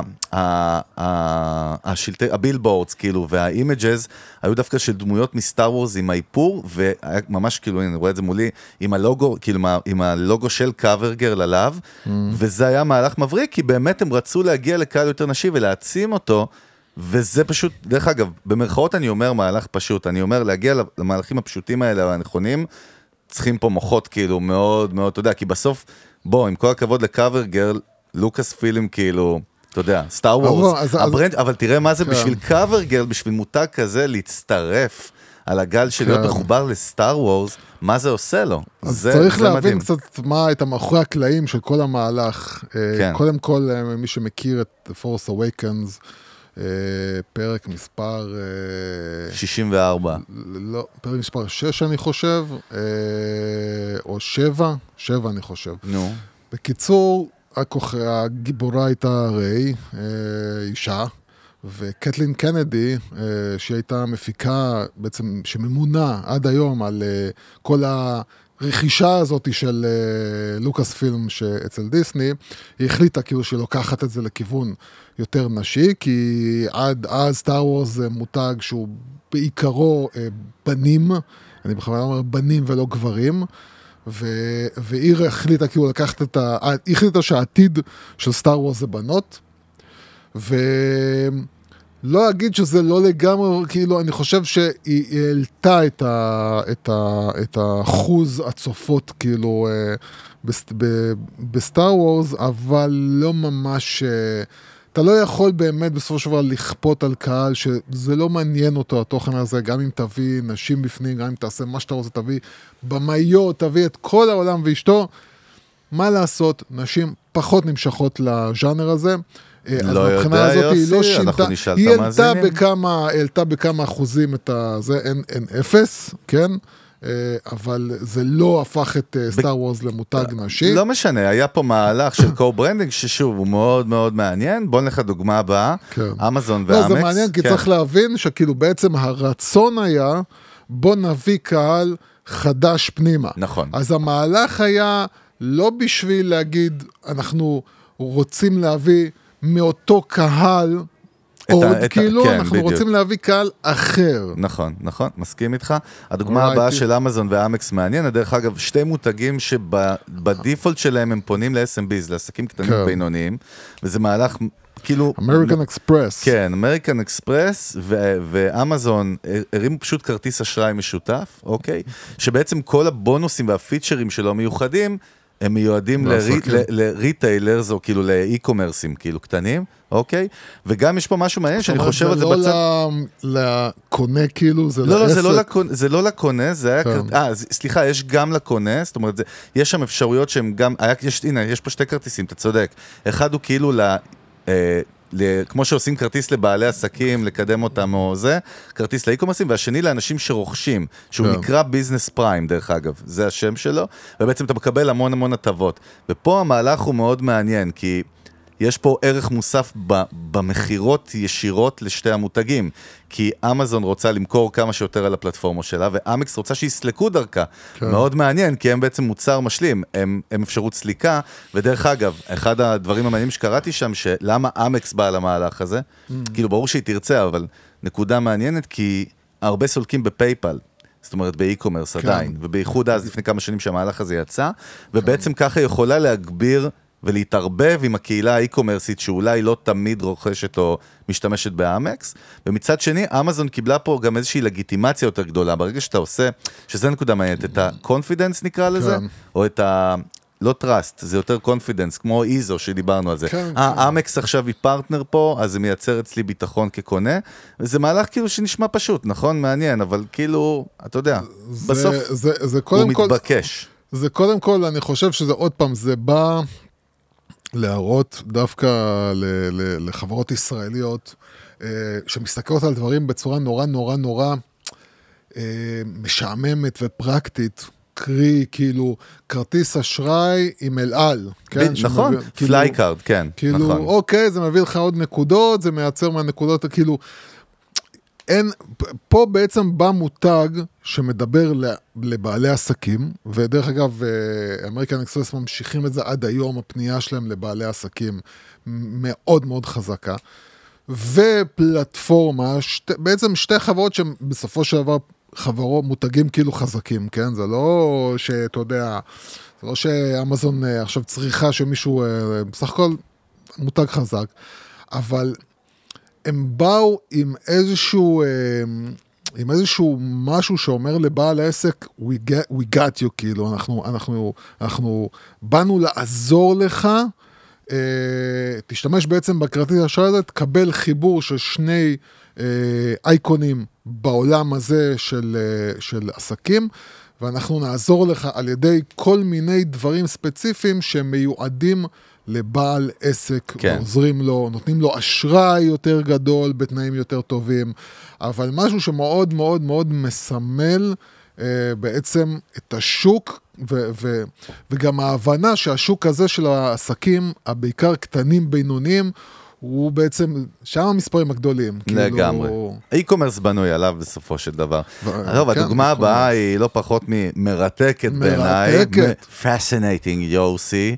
השלטי, הבילבורדס כאילו, והאימג'ז, היו דווקא של דמויות מסטאר וורס עם האיפור, והיה ממש כאילו, אני רואה את זה מולי, עם הלוגו, כאילו, עם הלוגו של קאברגרל עליו, וזה היה מהלך מבריק, כי באמת הם רצו להגיע לקהל יותר נשי ולהעצים אותו, וזה פשוט, דרך אגב, במרכאות אני אומר מהלך פשוט, אני אומר להגיע למהלכים הפשוטים האלה, הנכונים, צריכים פה מוחות כאילו מאוד מאוד, אתה יודע, כי בסוף, בוא, עם כל הכבוד לקאברגרל, לוקאס פילם כאילו, אתה יודע, סטאר וורס, אבל תראה מה זה בשביל קאברגרל, בשביל מותג כזה להצטרף על הגל של להיות מחובר לסטאר וורס, מה זה עושה לו? אז צריך להבין קצת מה את המאחורי הקלעים של כל המהלך. קודם כל, מי שמכיר את The Force Awakens, פרק מספר 64. לא, פרק מספר 6 אני חושב, או 7 אני חושב. נו. בקיצור, הגיבורה הייתה ריי, אישה, וקטלין קנדי, שהיא הייתה מפיקה בעצם, שממונה עד היום על כל הרכישה הזאת של לוקאס פילם שאצל דיסני, היא החליטה כאילו שלוקחת את זה לכיוון יותר נשי, כי עד אז סטאר וורס זה מותג שהוא בעיקרו בנים, אני בכלל אומר בנים ולא גברים, והיא החליטה כאילו לקחת היא החליטה שהעתיד של סטאר וורס זה בנות, ולא אגיד שזה לא לגמרי, כאילו אני חושב שהיא העלתה את האחוז הצופות כאילו בסטאר וורס, אבל לא ממש, אתה לא יכול באמת בסופו של דבר לכפות על קהל שזה לא מעניין אותו התוכן הזה, גם אם תביא נשים בפנים, גם אם תעשה מה שאתה רוצה, תביא במאיות, תביא את כל העולם ואשתו, מה לעשות? נשים פחות נמשכות לז'אנר הזה, לא יודע יוסי, אנחנו נשאל את המאזינים. היא העלתה בכמה אחוזים את זה, אין אפס, כן? אבל זה לא הפך את סטאר וורס למותג נשי. לא משנה, היה פה מהלך של קו-ברנדינג, ששוב, הוא מאוד מאוד מעניין. בוא נלך לדוגמה הבאה, אמזון ואמקס. לא, זה מעניין, כי צריך להבין שכאילו בעצם הרצון היה, בוא נביא קהל חדש פנימה. נכון. אז המהלך היה לא בשביל להגיד, אנחנו רוצים להביא מאותו קהל, עוד כאילו, אנחנו רוצים להביא קהל אחר. נכון, נכון, מסכים איתך. הדוגמה הבאה של אמזון ואמקס מעניין, דרך אגב, שתי מותגים שבדיפולט שלהם הם פונים ל-SMBs, לעסקים קטנים בינוניים, וזה מהלך כאילו... אמריקן אקספרס. כן, אמריקן אקספרס ואמזון הרימו פשוט כרטיס אשראי משותף, אוקיי? שבעצם כל הבונוסים והפיצ'רים שלו מיוחדים, הם מיועדים לריטיילרס, או כאילו לאי-קומרסים, כאילו קטנים, אוקיי? וגם יש פה משהו מעניין, שאני חושב על זה בצד... זה לא לקונה, כאילו, זה לעסק? לא, זה לא לקונה, זה היה... סליחה, יש גם לקונה, זאת אומרת, יש שם אפשרויות שהם גם... הנה, יש פה שתי כרטיסים, אתה צודק. אחד הוא כאילו כמו שעושים כרטיס לבעלי עסקים, לקדם אותם או זה, כרטיס לאי-קומרסים, והשני לאנשים שרוכשים, שהוא נקרא ביזנס פריים, דרך אגב, זה השם שלו, ובעצם אתה מקבל המון המון הטבות. ופה המהלך הוא מאוד מעניין, כי יש פה ערך מוסף במחירות ישירות לשתי המותגים, כי אמזון רוצה למכור כמה שיותר על הפלטפורמה שלה, ואמקס רוצה שיסלקו דרכה. מאוד מעניין, כי הם בעצם מוצר משלים, הם אפשרות סליקה, ודרך אגב, אחד הדברים המעניינים שקראתי שם, שלמה אמקס בא על המהלך הזה, כאילו ברור שהיא תרצה, אבל נקודה מעניינת, כי הרבה סולקים בפייפל, זאת אומרת באי-קומרס עדיין, ובייחוד אז לפני כמה שנים שהמהלך הזה יצא, ובעצם ככה יכולה להגביר ולהתערבב עם הקהילה האי-קומרסית שאולי לא תמיד רוכשת או משתמשת באמקס, ומצד שני, אמזון קיבלה פה גם איזושהי לגיטימציה יותר גדולה, ברגע שאתה עושה, שזה נקודה מעניינת, את ה-confidence נקרא לזה, או את לא טראסט, זה יותר קונפידנס, כמו איזו שדיברנו על זה. אמקס עכשיו היא פרטנר פה, אז זה מייצר אצלי ביטחון כקונה, וזה מהלך כאילו שנשמע פשוט, נכון? מעניין, אבל כאילו, אתה יודע, בסוף הוא מתבקש. זה קודם כל, אני חושב שזה עוד פעם, זה בא להראות דווקא לחברות ישראליות, שמסתכלות על דברים בצורה נורא נורא נורא משעממת ופרקטית, קרי, כאילו, כרטיס אשראי עם אל-על. כן, נכון, פלייקארד, כן. כאילו, נכון. אוקיי, זה מביא לך עוד נקודות, זה מייצר מהנקודות, כאילו, אין, פה בעצם בא מותג שמדבר לבעלי עסקים, ודרך אגב, אמריקן אקספרס ממשיכים את זה עד היום, הפנייה שלהם לבעלי עסקים מאוד מאוד חזקה, ופלטפורמה, בעצם שתי חברות שבסופו של דבר חברות מותגים כאילו חזקים, כן? זה לא שאתה יודע, זה לא שאמזון עכשיו צריכה שמישהו, בסך הכל מותג חזק, אבל הם באו עם איזשהו משהו שאומר לבעל העסק, we got you, כאילו, אנחנו באנו לעזור לך, תשתמש בעצם בכרטיס האשראי הזה, תקבל חיבור של שני אייקונים בעולם הזה של עסקים, ואנחנו נעזור לך על ידי כל מיני דברים ספציפיים שמיועדים לבעל עסק, כן. עוזרים לו, נותנים לו אשראי יותר גדול, בתנאים יותר טובים, אבל משהו שמאוד מאוד מאוד מסמל בעצם את השוק, וגם ההבנה שהשוק הזה של העסקים, הבעיקר קטנים בינוניים, הוא בעצם, שם המספרים הגדולים. לגמרי. אי-קומרס בנוי עליו בסופו של דבר. טוב, הדוגמה הבאה היא לא פחות ממרתקת בעיניי. Fascinating, יוסי.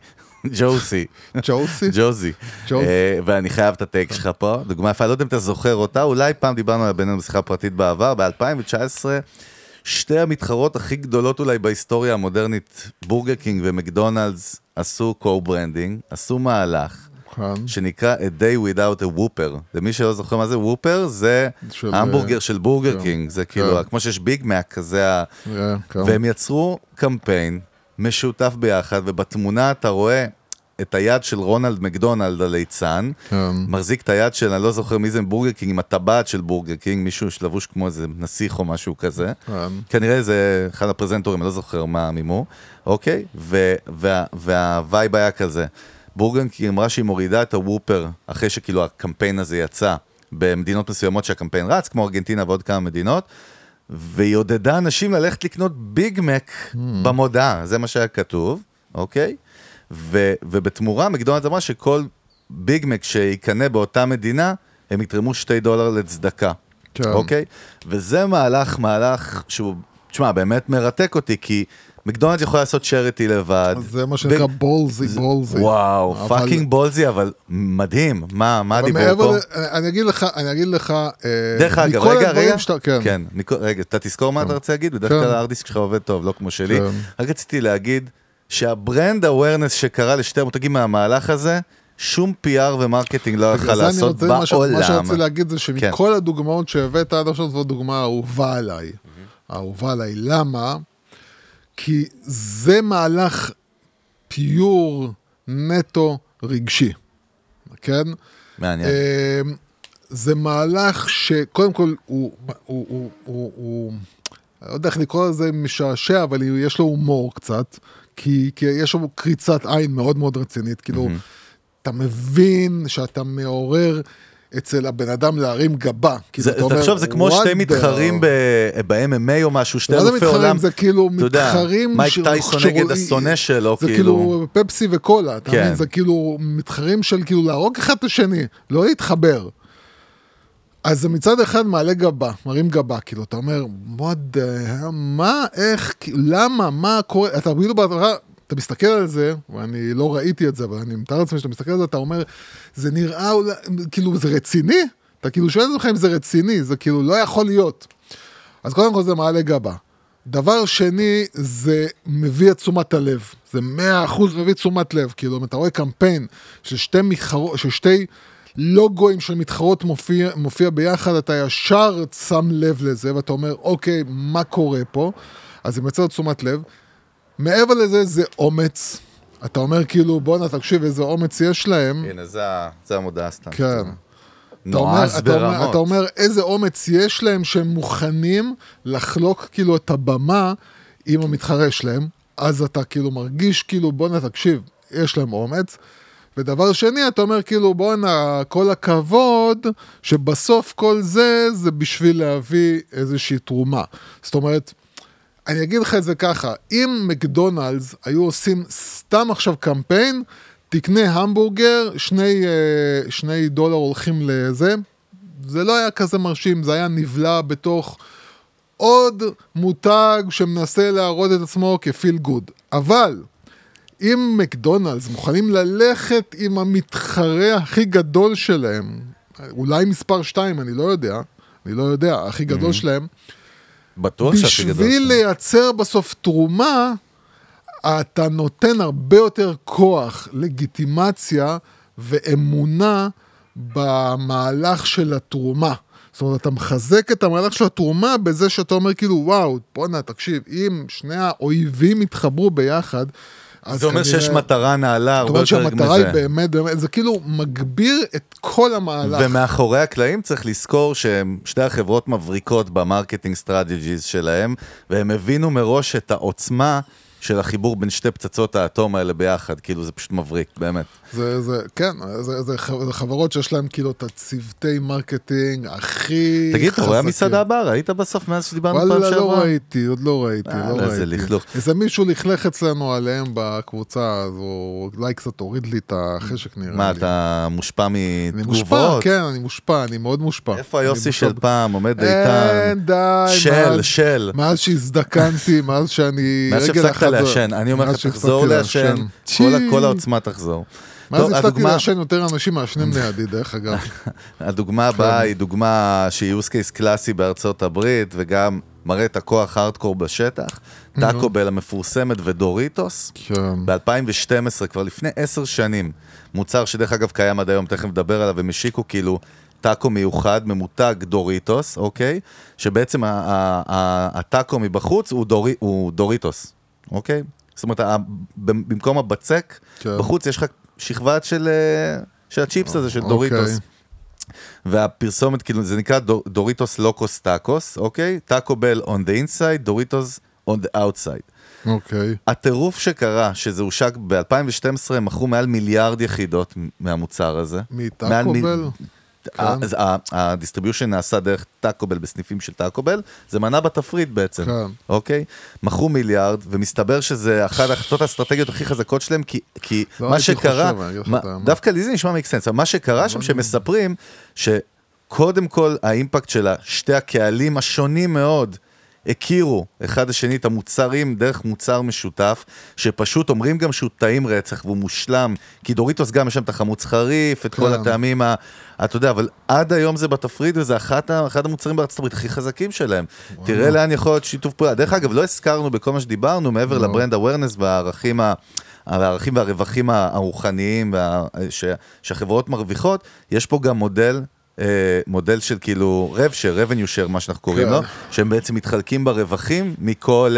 ג'וזי. ואני חייב את הטייק שלך פה. דוגמה יפה, לא יודע אם אתה זוכר אותה, אולי פעם דיברנו על בינינו בשיחה פרטית בעבר, ב-2019, שתי המתחרות הכי גדולות אולי בהיסטוריה המודרנית, בורגר קינג ומקדונלדס, עשו קו-ברנדינג, עשו מהלך, שנקרא A Day Without a Whopper. למי שלא זוכר מה זה וופר, זה המבורגר של בורגר קינג, זה כאילו, כמו שיש ביג מק, כזה, והם יצרו קמפיין משותף ביחד, ובתמונה אתה רואה את היד של רונלד מקדונלד הליצן, מחזיק את היד של, אני לא זוכר מי זה בורגר קינג, עם הטבעת של בורגר קינג, מישהו שלבוש כמו איזה נסיך או משהו כזה, כנראה זה אחד הפרזנטורים, אני לא זוכר מה מימו, אוקיי? והווייב היה כזה, בורגר קינג אמרה שהיא מורידה את הוופר, אחרי שכאילו הקמפיין הזה יצא, במדינות מסוימות שהקמפיין רץ, כמו ארגנטינה ועוד כמה מדינות, והיא עודדה אנשים ללכת לקנות ביג מק במודעה, זה מה שהיה כתוב, אוקיי? ובתמורה מקדונלדס אמרה שכל ביג מק שיקנה באותה מדינה, הם יתרמו $2 לצדקה, אוקיי? וזה מהלך שהוא, תשמע, באמת מרתק אותי, כי מקדונלדס יכול לעשות שריטי לבד. זה מה שנקרא בולזי. וואו, פאקינג בולזי, אבל מדהים. מה דיבור פה? אני אגיד לך, דרך אגב, רגע, אתה תזכור מה אתה רוצה להגיד? בדרך כלל הארדיסק שלך עובד טוב, לא כמו שלי. רק רציתי להגיד שהברנד אווירנס שקרה לשתי המותגים מהמהלך הזה, שום PR ומרקטינג לא יכול לעשות בעולם. מה שרציתי להגיד זה שמכל הדוגמאות שהבאת עד עכשיו, זו דוגמה אהובה עליי. אהובה עליי. למה? כי זה מהלך פיור נטו רגשי, כן? מעניין. זה מהלך שקודם כל הוא לא יודע איך לקרוא לזה משעשע, אבל יש לו הומור קצת, כי יש לו קריצת עין מאוד מאוד רצינית, כאילו, אתה מבין שאתה מעורר אצל הבן אדם להרים גבה. תחשוב, זה כמו שתי מתחרים ב-MMA או משהו, שתי אלופי עולם. זה כאילו מתחרים... מייק טייסון נגד השונא שלו, זה כאילו פפסי וקולה, אתה מבין? זה כאילו מתחרים של כאילו להרוג אחד את השני, לא להתחבר. אז זה מצד אחד מעלה גבה, מרים גבה, כאילו, אתה אומר, מה, איך, למה, מה קורה, אתה כאילו בהתחלה, אתה מסתכל על זה, ואני לא ראיתי את זה, אבל אני מתאר לעצמי שאתה מסתכל על זה, אתה אומר, זה נראה, כאילו, זה רציני? אתה כאילו שואל לך אם זה רציני, זה כאילו לא יכול להיות. אז קודם כל זה מעלה גבה. דבר שני, זה מביא את תשומת הלב. זה 100% מביא את תשומת לב. כאילו, אם אתה רואה קמפיין של שתי לוגויים של מתחרות מופיע ביחד, אתה ישר שם לב לזה, ואתה אומר, אוקיי, מה קורה פה? אז זה מצא את תשומת לב. מעבר לזה, זה אומץ. אתה אומר כאילו, בוא תקשיב איזה אומץ יש להם. הנה, זה המודעה סתם. כן. נועז ברמות. אתה אומר איזה אומץ יש להם שהם מוכנים לחלוק כאילו את הבמה עם המתחרה שלהם, אז אתה כאילו מרגיש כאילו, בוא תקשיב, יש להם אומץ. ודבר שני, אתה אומר כאילו, בוא כל הכבוד, שבסוף כל זה בשביל להביא איזושהי תרומה. זאת אומרת, אני אגיד לך את זה ככה, אם מקדונלדס היו עושים סתם עכשיו קמפיין, תקנה המבורגר, $2 הולכים לזה, זה לא היה כזה מרשים, זה היה נבלע בתוך עוד מותג שמנסה להראות את עצמו כפיל גוד. אבל אם מקדונלדס מוכנים ללכת עם המתחרה הכי גדול שלהם, אולי מספר 2, אני לא יודע, הכי גדול שלהם, בטוח שהכי גדול שלהם. בשביל לייצר בסוף תרומה, אתה נותן הרבה יותר כוח, לגיטימציה ואמונה במהלך של התרומה. זאת אומרת, אתה מחזק את המהלך של התרומה בזה שאתה אומר כאילו, וואו, בוא תקשיב, אם שני האויבים יתחברו ביחד, זה אומר שיש מטרה נעלה הרבה יותר מזה. שהמטרה היא באמת, זה כאילו מגביר את כל המהלך. ומאחורי הקלעים צריך לזכור ששתי החברות מבריקות במרקטינג סטרטג'יז שלהם, והם הבינו מראש את העוצמה של החיבור בין שתי פצצות האטום האלה ביחד, כאילו זה פשוט מבריק, באמת. כן, זה חברות שיש להם כאילו את הצוותי מרקטינג הכי תגיד, אתה רואה מסעדה הבאה? ראית בסוף מאז שדיברנו פעם שעברה? לא ראיתי, עוד לא ראיתי. זה לכלוך. איזה מישהו לכלך אצלנו עליהם בקבוצה, אז הוא אולי קצת הוריד לי את החשק נראה לי. מה, אתה מושפע מתגובות? אני מושפע, כן, אני מושפע, אני מאוד מושפע. איפה היוסי של פעם, עומד איתן? די, של. מאז שהזדקנתי, מאז שאני לעשן, אני אומר לך, תחזור לעשן, כל העוצמה תחזור. מה זה הפסקתי לעשן יותר אנשים מעשנים לידי, דרך אגב. הדוגמה הבאה היא דוגמה שהיא use case קלאסי בארצות הברית, וגם מראה את הכוח הארדקור בשטח, טאקו בל המפורסמת ודוריטוס, ב-2012, כבר לפני 10 שנים, מוצר שדרך אגב קיים עד היום, תכף נדבר עליו, הם השיקו כאילו טאקו מיוחד, ממותג דוריטוס, אוקיי? שבעצם הטאקו מבחוץ הוא דוריטוס. אוקיי? זאת אומרת, במקום הבצק, בחוץ יש לך שכבת של הצ'יפס הזה, של דוריטוס. והפרסומת, כאילו, זה נקרא דוריטוס לוקוס טאקוס, אוקיי? טאקו בל on the inside, דוריטוס on the outside. אוקיי. הטירוף שקרה, שזה הושק ב-2012, מכרו מעל 1,000,000,000 יחידות מהמוצר הזה. מטאקו בל? אז הדיסטריביושן נעשה דרך טאקובל בסניפים של טאקובל, זה מנה בתפריט בעצם, אוקיי? מכרו 1,000,000,000, ומסתבר שזה אחת ההחלטות האסטרטגיות הכי חזקות שלהם, כי מה שקרה, דווקא לי זה נשמע מקסנס, מה שקרה שם שמספרים, שקודם כל האימפקט של שתי הקהלים השונים מאוד, הכירו אחד השני את המוצרים דרך מוצר משותף, שפשוט אומרים גם שהוא טעים רצח והוא מושלם, כי דוריטוס גם יש שם את החמוץ חריף, את כל הטעמים, אתה יודע, אבל עד היום זה בתפריט, וזה אחד המוצרים בארצות הברית הכי חזקים שלהם. תראה לאן יכול להיות שיתוף פעולה. דרך אגב, לא הזכרנו בכל מה שדיברנו, מעבר לברנד אווירנס והערכים והרווחים הרוחניים שהחברות מרוויחות, יש פה גם מודל של כאילו revenue share, מה שאנחנו קוראים לו, שהם בעצם מתחלקים ברווחים מכל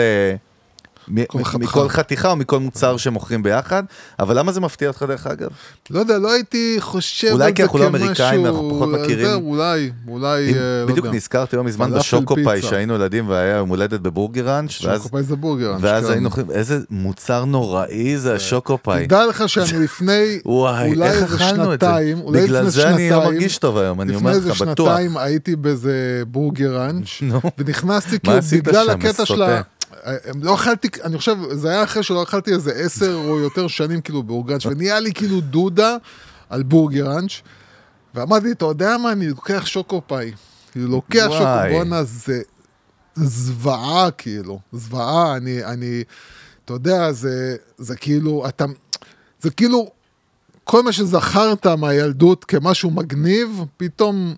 חתיכה או מכל מוצר שמוכרים ביחד. אבל למה זה מפתיע אותך דרך אגב? לא יודע, לא הייתי חושב על זה כמשהו. אולי כי אנחנו לא אמריקאים, אנחנו פחות מכירים. אולי, בדיוק נזכרתי לא מזמן בשוקופאי, שהיינו ילדים והיה יום הולדת בבורגראנץ'. שוקופאי זה בורגראנץ'. ואז היינו חושבים, איזה מוצר נוראי זה השוקופאי. תדע לך שאני לפני אולי איזה שנתיים, בגלל זה אני לא מרגיש טוב היום, אני אומר לך, בטוח. לפני איזה שנתיים הייתי באיזה בורגראנץ' ונכנסתי כאילו בגלל הקטע שלה. לא אכלתי, אני חושב, זה היה אחרי שלא אכלתי איזה 10 או יותר שנים כאילו בורגראנץ', ונהיה לי כאילו דודה על בורגראנץ', ואמרתי, אתה יודע מה, אני לוקח שוקופאי, כאילו לוקח שוקופאי, בואנה, זה זוועה כאילו, זוועה, אני, אתה יודע, זה כאילו, זה כאילו, כל מה שזכרת מהילדות כמשהו מגניב, פתאום,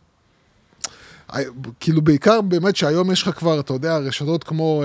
כאילו בעיקר באמת שהיום יש לך כבר, אתה יודע, רשתות כמו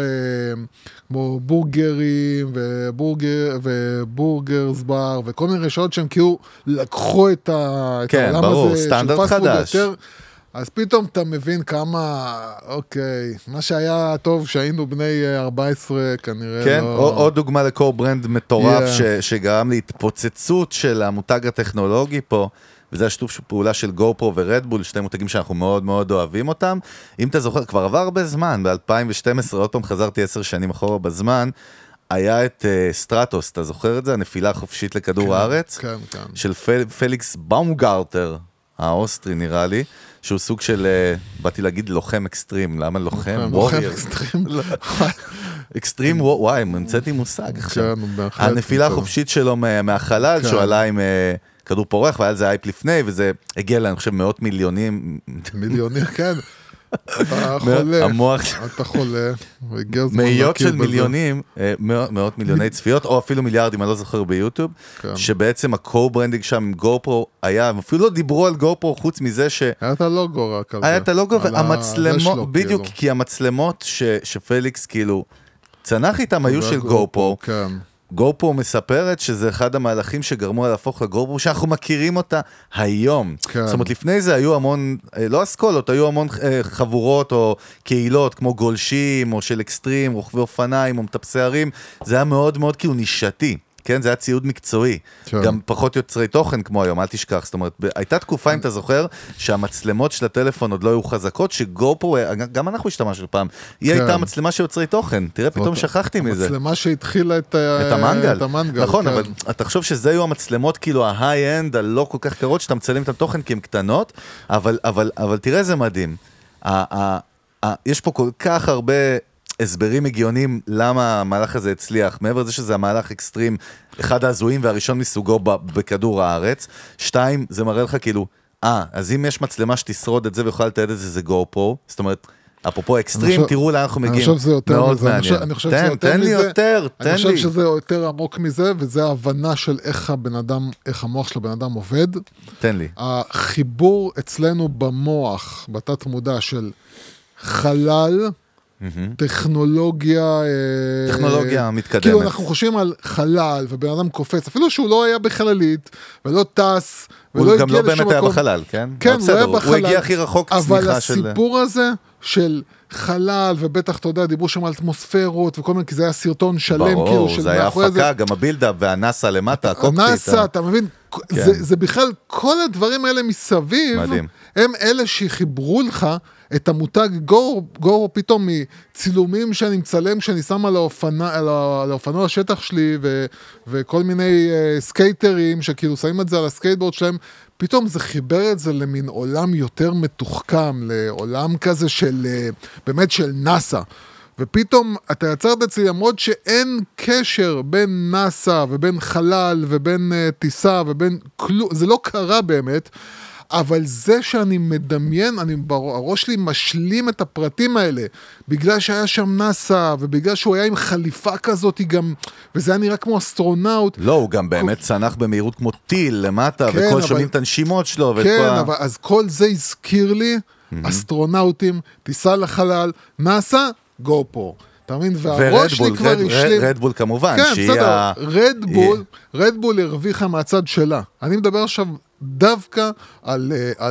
בורגרים ובורגרס בר, וכל מיני רשתות שהם כאילו לקחו את העולם הזה, ברור, סטנדרט חדש. אז פתאום אתה מבין כמה, אוקיי, מה שהיה טוב שהיינו בני 14 כנראה כן, לא... עוד דוגמה לקור ברנד מטורף שגרם להתפוצצות של המותג הטכנולוגי פה, וזה השיתוף פעולה של גופרו ורדבול, שתי מותגים שאנחנו מאוד מאוד אוהבים אותם. אם אתה זוכר, כבר עבר הרבה זמן, ב-2012, עוד פעם חזרתי 10 שנים אחורה בזמן, היה את סטרטוס, אתה זוכר את זה? הנפילה החופשית לכדור הארץ? כן, כן. של פליקס באומגרטר, האוסטרי נראה לי, שהוא סוג של, באתי להגיד לוחם אקסטרים, למה לוחם? לוחם אקסטרים? אקסטרים, וואי, מצאתי מושג עכשיו. הנפילה החופשית שלו מהחלל, שהוא עלה עם כדור פורח, והיה לזה אייפ לפני, וזה הגיע לה, אני חושב, מאות מיליונים. מיליונים, כן. אתה חולה, אתה חולה. מאיות של מיליונים, מאות מיליוני צפיות, או אפילו מיליארדים, אני לא זוכר ביוטיוב, שבעצם הקו-ברנדינג שם עם גופרו היה, אפילו לא דיברו על גופרו חוץ מזה ש... היה את הלוגו רק על זה. היה את הלוגו, והמצלמות, בדיוק, כי המצלמות שפליקס כאילו צנח איתם היו של גופרו. גופרו מספרת שזה אחד המהלכים שגרמו לה להפוך לגופרו, שאנחנו מכירים אותה היום. זאת אומרת, לפני זה היו המון, לא אסכולות, היו המון חבורות או קהילות, כמו גולשים, או של אקסטרים, רוכבי אופניים, או מטפסי הרים. זה היה מאוד מאוד כאילו נישתי. כן, זה היה ציוד מקצועי. גם פחות יוצרי תוכן כמו היום, אל תשכח. זאת אומרת, הייתה תקופה, אם אתה זוכר, שהמצלמות של הטלפון עוד לא היו חזקות, שגופרו, גם אנחנו השתמשנו פעם, היא הייתה מצלמה של יוצרי תוכן. תראה, פתאום שכחתי מזה. המצלמה שהתחילה את המנגל. נכון, אבל אתה חושב שזה היו המצלמות, כאילו ההיי-אנד, הלא כל כך קרות, שאתה מצלם את התוכן כי הן קטנות, אבל תראה זה מדהים. יש פה כל כך הרבה הסברים הגיונים למה המהלך הזה הצליח, מעבר לזה שזה המהלך אקסטרים, אחד הזויים והראשון מסוגו בכדור הארץ. 2, זה מראה לך כאילו, אז אם יש מצלמה שתשרוד את זה ויכולה לתעד את זה, זה גופרו. זאת אומרת, אפרופו אקסטרים, תראו לאן אנחנו מגיעים. מאוד מעניין. תן לי יותר, תן לי. אני חושב שזה יותר עמוק מזה, וזה ההבנה של איך המוח של הבן אדם עובד. תן לי. החיבור אצלנו במוח, בתת מודע של חלל, טכנולוגיה מתקדמת. כאילו אנחנו חושבים על חלל ובן אדם קופץ, אפילו שהוא לא היה בחללית ולא טס ולא הוא גם לא באמת היה בחלל, כן? כן, הוא היה בחלל. הוא הגיע הכי רחוק צניחה של... אבל הסיפור הזה של חלל, ובטח אתה יודע, דיברו שם על אטמוספירות וכל מיני, כי זה היה סרטון שלם. ברור, זה היה הפקה, גם הבילדאפ והנאסה למטה, הקוקפיט. הנאסה, אתה מבין? זה בכלל, כל הדברים האלה מסביב, הם אלה שחיברו לך את המותג גורו פתאום מצילומים שאני מצלם, שאני שם על האופנוע השטח שלי, וכל מיני סקייטרים שכאילו שמים את זה על הסקייטבורד שלהם, פתאום זה חיבר את זה למין עולם יותר מתוחכם, לעולם כזה של, באמת של נאסה. ופתאום אתה יצרת אצלי, למרות שאין קשר בין נאסה ובין חלל ובין טיסה ובין כלום, זה לא קרה באמת, אבל זה שאני מדמיין, הראש שלי משלים את הפרטים האלה, בגלל שהיה שם נאסה, ובגלל שהוא היה עם חליפה כזאת גם, וזה היה נראה כמו אסטרונאוט. לא, הוא גם באמת צנח במהירות כמו טיל למטה, וכל שומעים את הנשימות שלו. כן, אבל אז כל זה הזכיר לי, אסטרונאוטים, טיסה לחלל, נאסה, גופרו. אתה מבין? והראש שלי כבר השלים. רדבול כמובן. כן, בסדר. רדבול הרוויחה מהצד שלה. אני מדבר עכשיו דווקא על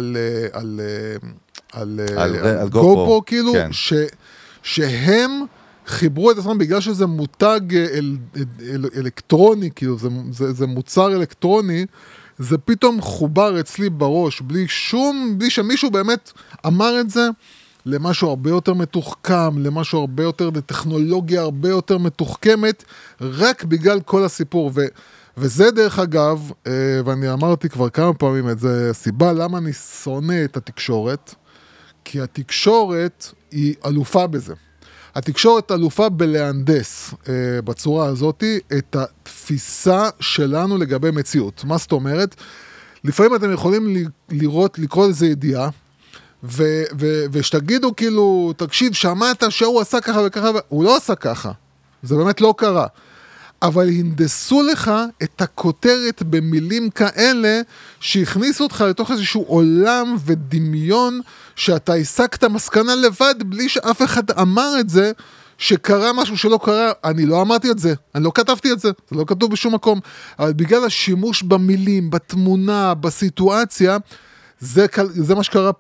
גופרו, כאילו, שהם חיברו את עצמם בגלל שזה מותג אלקטרוני, כאילו, זה מוצר אלקטרוני, זה פתאום חובר אצלי בראש, בלי שמישהו באמת אמר את זה, למשהו הרבה יותר מתוחכם, למשהו הרבה יותר, לטכנולוגיה הרבה יותר מתוחכמת, רק בגלל כל הסיפור. וזה דרך אגב, ואני אמרתי כבר כמה פעמים את זה, סיבה למה אני שונא את התקשורת, כי התקשורת היא אלופה בזה. התקשורת אלופה בלהנדס בצורה הזאת את התפיסה שלנו לגבי מציאות. מה זאת אומרת? לפעמים אתם יכולים לקרוא לזה ידיעה, ושתגידו כאילו, תקשיב, שמעת שהוא עשה ככה וככה, הוא לא עשה ככה, זה באמת לא קרה, אבל הנדסו לך את הכותרת במילים כאלה, שהכניסו אותך לתוך איזשהו עולם ודמיון, שאתה הסקת מסקנה לבד, בלי שאף אחד אמר את זה, שקרה משהו שלא קרה. אני לא אמרתי את זה, אני לא כתבתי את זה, זה לא כתוב בשום מקום, אבל בגלל השימוש במילים, בתמונה, בסיטואציה, זה מה שקרה פה.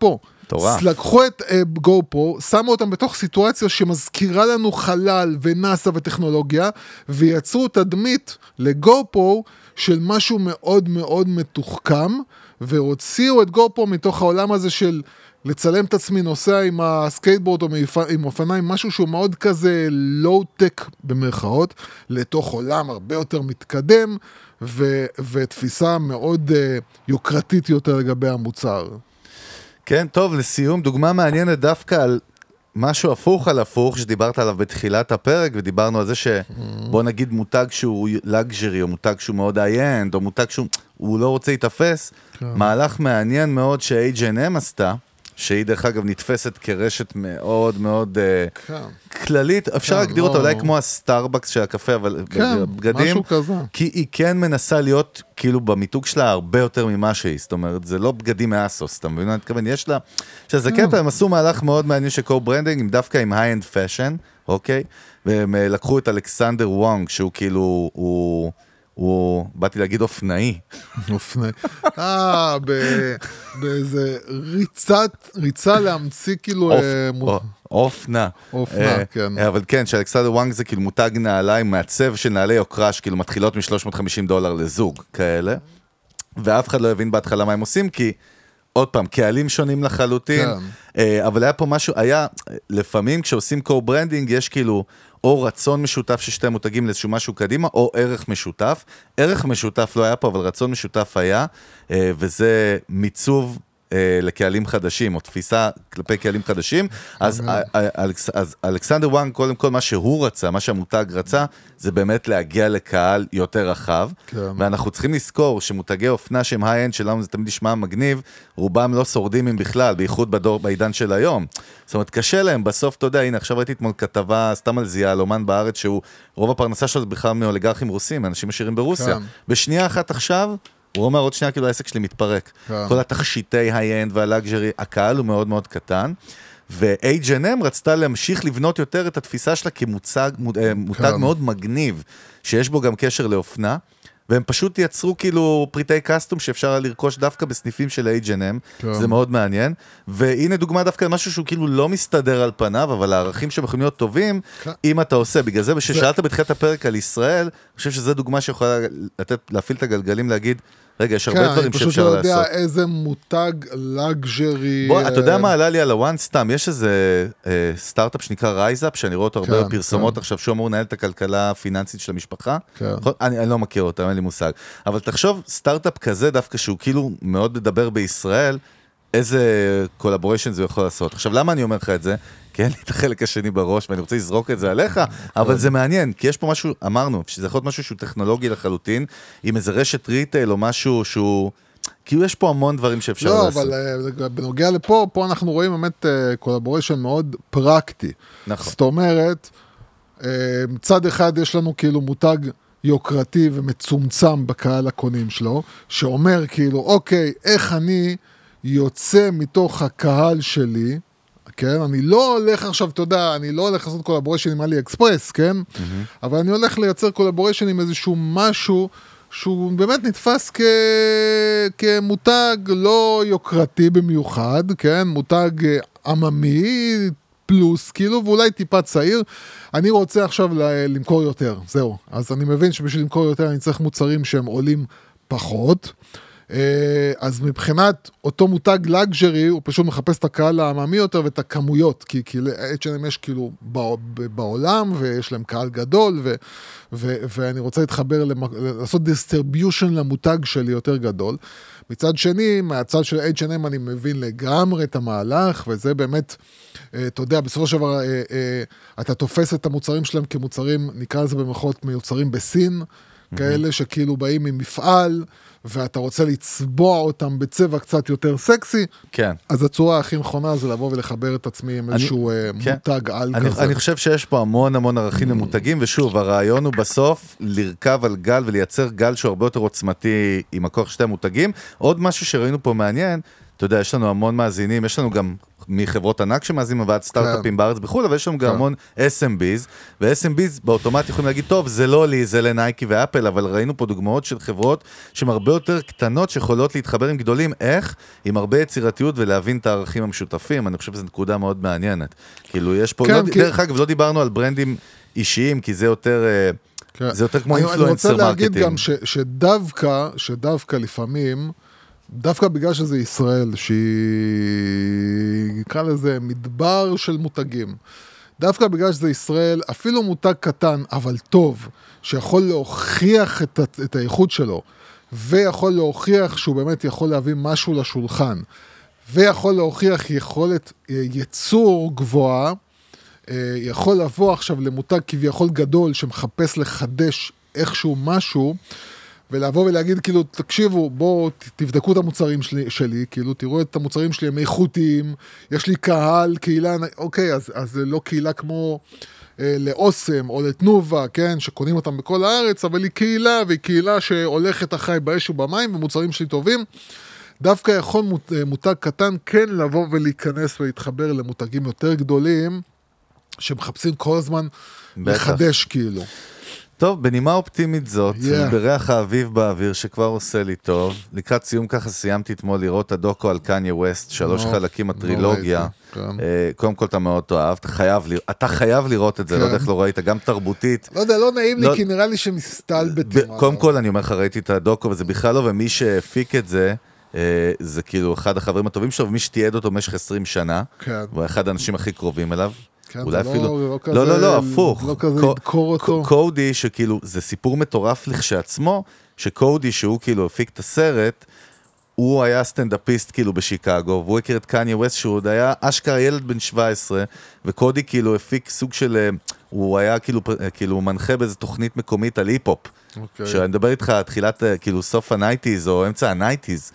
טורף. לקחו את GoPro, שמו אותם בתוך סיטואציה שמזכירה לנו חלל ונאסא וטכנולוגיה, ויצרו תדמית לגו-פרו של משהו מאוד מאוד מתוחכם, והוציאו את GoPro מתוך העולם הזה של לצלם את עצמי נוסע עם הסקייטבורד או עם אופניים, משהו שהוא מאוד כזה לואו-טק במרכאות, לתוך עולם הרבה יותר מתקדם, ותפיסה מאוד יוקרתית יותר לגבי המוצר. כן, טוב, לסיום, דוגמה מעניינת דווקא על משהו הפוך על הפוך, שדיברת עליו בתחילת הפרק, ודיברנו על זה שבוא נגיד מותג שהוא לגז'רי, או מותג שהוא מאוד איי-אנד, או מותג שהוא לא רוצה להתאפס, מהלך מעניין מאוד ש-H&M עשתה, שהיא דרך אגב נתפסת כרשת מאוד מאוד כללית, אפשר להגדיר אותה אולי כמו הסטארבקס של הקפה, אבל בגדים, כי היא כן מנסה להיות כאילו במיתוג שלה הרבה יותר ממה שהיא, זאת אומרת, זה לא בגדים מאסוס, אתה מבין? אני מתכוון, יש לה, שזה קטע, הם עשו מהלך מאוד מעניין של קו-ברנדינג, דווקא עם היי-אנד פאשן, אוקיי? והם לקחו את אלכסנדר וונג, שהוא כאילו, באתי להגיד אופנאי. אופנאי. באיזה ריצה להמציא כאילו... אופנה. אופנה, כן. אבל כן, שאלכסנדר וונג זה כאילו מותג נעליים, מעצב של נעלי יוקרה, שכאילו מתחילות $350 לזוג כאלה, ואף אחד לא הבין בהתחלה מה הם עושים, כי עוד פעם, קהלים שונים לחלוטין, אבל היה פה משהו, היה, לפעמים כשעושים קו-ברנדינג, יש כאילו או רצון משותף ששתי מותגים לאיזשהו משהו קדימה, או ערך משותף. ערך משותף לא היה פה, אבל רצון משותף היה, וזה מיצוב לקהלים חדשים, או תפיסה כלפי קהלים חדשים. אז אלכסנדר וונג, קודם כל מה שהוא רצה, מה שהמותג רצה, זה באמת להגיע לקהל יותר רחב, ואנחנו צריכים לזכור שמותגי אופנה שהם היי-אנד שלנו, זה תמיד נשמע מגניב, רובם לא שורדים עם בכלל, בייחוד בעידן של היום. זאת אומרת, קשה להם, בסוף, אתה יודע, הנה, עכשיו ראיתי אתמול כתבה, סתם על זייה, אומן בארץ, שהוא, רוב הפרנסה שלו זה בכלל מאוליגרכים רוסים, אנשים עשירים ברוסיה. בשנייה אחת עכשיו, הוא אומר עוד שנייה, כאילו העסק שלי מתפרק. כל התכשיטי היי-אנד והלאגז'רי, הקהל הוא מאוד מאוד קטן, ו-H&M רצתה להמשיך לבנות יותר את התפיסה שלה כמותג מאוד מגניב, שיש בו גם קשר לאופנה, והם פשוט יצרו כאילו פריטי קסטום שאפשר לרכוש דווקא בסניפים של H&M, זה מאוד מעניין, והנה דוגמה דווקא למשהו שהוא כאילו לא מסתדר על פניו, אבל הערכים שיכולים להיות טובים, אם אתה עושה, בגלל זה, כששאלת בתחילת הפרק על ישראל, אני חושב שזו דוגמה שיכולה להפעיל את הגלגלים, להגיד, רגע, יש הרבה דברים שאפשר לעשות. כן, אני פשוט לא יודע איזה מותג לגז'רי... בוא, אתה יודע מה עלה לי על הוואן סתם, יש איזה סטארט-אפ שנקרא רייזאפ, שאני רואה אותו הרבה בפרסומות עכשיו, שהוא אמור לנהל את הכלכלה הפיננסית של המשפחה. אני לא מכיר אותה, אין לי מושג. אבל תחשוב, סטארט-אפ כזה דווקא, שהוא כאילו מאוד מדבר בישראל, איזה קולבוריישן זה יכול לעשות. עכשיו, למה אני אומר לך את זה? כי אין לי את החלק השני בראש, ואני רוצה לזרוק את זה עליך, אבל זה מעניין, כי יש פה משהו, אמרנו, שזה יכול להיות משהו שהוא טכנולוגי לחלוטין, עם איזה רשת ריטייל או משהו שהוא, כאילו יש פה המון דברים שאפשר לעשות. לא, אבל בנוגע לפה, פה אנחנו רואים באמת קולבוריישן מאוד פרקטי. נכון. זאת אומרת, מצד אחד יש לנו כאילו מותג יוקרתי ומצומצם בקהל הקונים שלו, שאומר כאילו, אוקיי, איך אני יוצא מתוך הקהל שלי, כן? אני לא הולך עכשיו, אתה יודע, אני לא הולך לעשות קולבוריישן עם אלי אקספרס, כן? אבל אני הולך לייצר קולבוריישן עם איזשהו משהו שהוא באמת נתפס כמותג לא יוקרתי במיוחד, כן? מותג עממי פלוס, כאילו, ואולי טיפה צעיר. אני רוצה עכשיו למכור יותר, זהו. אז אני מבין שבשביל למכור יותר אני צריך מוצרים שהם עולים פחות. אז מבחינת אותו מותג לגז'רי, הוא פשוט מחפש את הקהל העממי יותר ואת הכמויות, כי H&M יש כאילו בעולם, ויש להם קהל גדול, ואני רוצה להתחבר, לעשות דיסטריביושן למותג שלי יותר גדול. מצד שני, מהצד של H&M אני מבין לגמרי את המהלך, וזה באמת, אתה יודע, בסופו של דבר, אתה תופס את המוצרים שלהם כמוצרים, נקרא לזה במרכאות מיוצרים בסין, כאלה שכאילו באים ממפעל, ואתה רוצה לצבוע אותם בצבע קצת יותר סקסי, כן. אז הצורה הכי נכונה זה לבוא ולחבר את עצמי עם איזשהו מותג על כזה. אני חושב שיש פה המון המון ערכים למותגים, ושוב, הרעיון הוא בסוף לרכב על גל ולייצר גל שהוא הרבה יותר עוצמתי עם הכוח שתי המותגים. עוד משהו שראינו פה מעניין, אתה יודע, יש לנו המון מאזינים, יש לנו גם מחברות ענק שמאזינים ועד סטארט-אפים בארץ בחו"ל, אבל יש שם גם המון SMBs, ו-SMBs באוטומט יכולים להגיד, טוב, זה לא לי, זה לנייקי ואפל, אבל ראינו פה דוגמאות של חברות שהן הרבה יותר קטנות, שיכולות להתחבר עם גדולים, איך? עם הרבה יצירתיות ולהבין את הערכים המשותפים, אני חושב שזו נקודה מאוד מעניינת. כאילו, יש פה, דרך אגב, לא דיברנו על ברנדים אישיים, כי זה יותר... זה יותר כמו אינפלואנסר מרקטינג. אני רוצה להגיד גם שדווקא לפעמים, דווקא בגלל שזה ישראל, שהיא, נקרא לזה, מדבר של מותגים, דווקא בגלל שזה ישראל, אפילו מותג קטן, אבל טוב, שיכול להוכיח את האיכות שלו, ויכול להוכיח שהוא באמת יכול להביא משהו לשולחן, ויכול להוכיח יכולת ייצור גבוהה, יכול לבוא עכשיו למותג כביכול גדול שמחפש לחדש איכשהו משהו, ולבוא ולהגיד כאילו, תקשיבו, בואו תבדקו את המוצרים שלי, כאילו תראו את המוצרים שלי, הם איכותיים, יש לי קהל, קהילה, אוקיי, אז זה לא קהילה כמו לאוסם או לתנובה, כן, שקונים אותם בכל הארץ, אבל היא קהילה, והיא קהילה שהולכת אחרי באש ובמים, ומוצרים שלי טובים, דווקא יכול מותג קטן כן לבוא ולהיכנס ולהתחבר למותגים יותר גדולים, שמחפשים כל הזמן לחדש כאילו. טוב, בנימה אופטימית זאת, בריח האביב באוויר שכבר עושה לי טוב, לקראת סיום ככה סיימתי אתמול לראות הדוקו על קניה ווסט, 3 חלקים הטרילוגיה, קודם כל אתה מאוד אוהב, אתה חייב לראות את זה, לא יודע איך לא ראית, גם תרבותית. לא יודע, לא נעים לי, כי נראה לי שמסתלבטים. קודם כל אני אומר לך, ראיתי את הדוקו, וזה בכלל לא, ומי שהפיק את זה, זה כאילו אחד החברים הטובים שלו, ומי שתיעד אותו במשך 20 שנה, הוא אחד האנשים הכי קרובים אליו, אולי אפילו, לא, הפוך, לא כזה לדקור אותו. קודי שכאילו, זה סיפור מטורף לכשעצמו, שקודי שהוא כאילו הפיק את הסרט, הוא היה סטנדאפיסט כאילו בשיקגו, והוא הכיר את קניה ווסט, שהוא עוד היה אשכרה ילד בן 17, וקודי כאילו הפיק סוג של, הוא היה כאילו מנחה באיזו תוכנית מקומית על היפ-הופ, שאני מדבר איתך תחילת כאילו סוף ה-90s או אמצע ה-90s,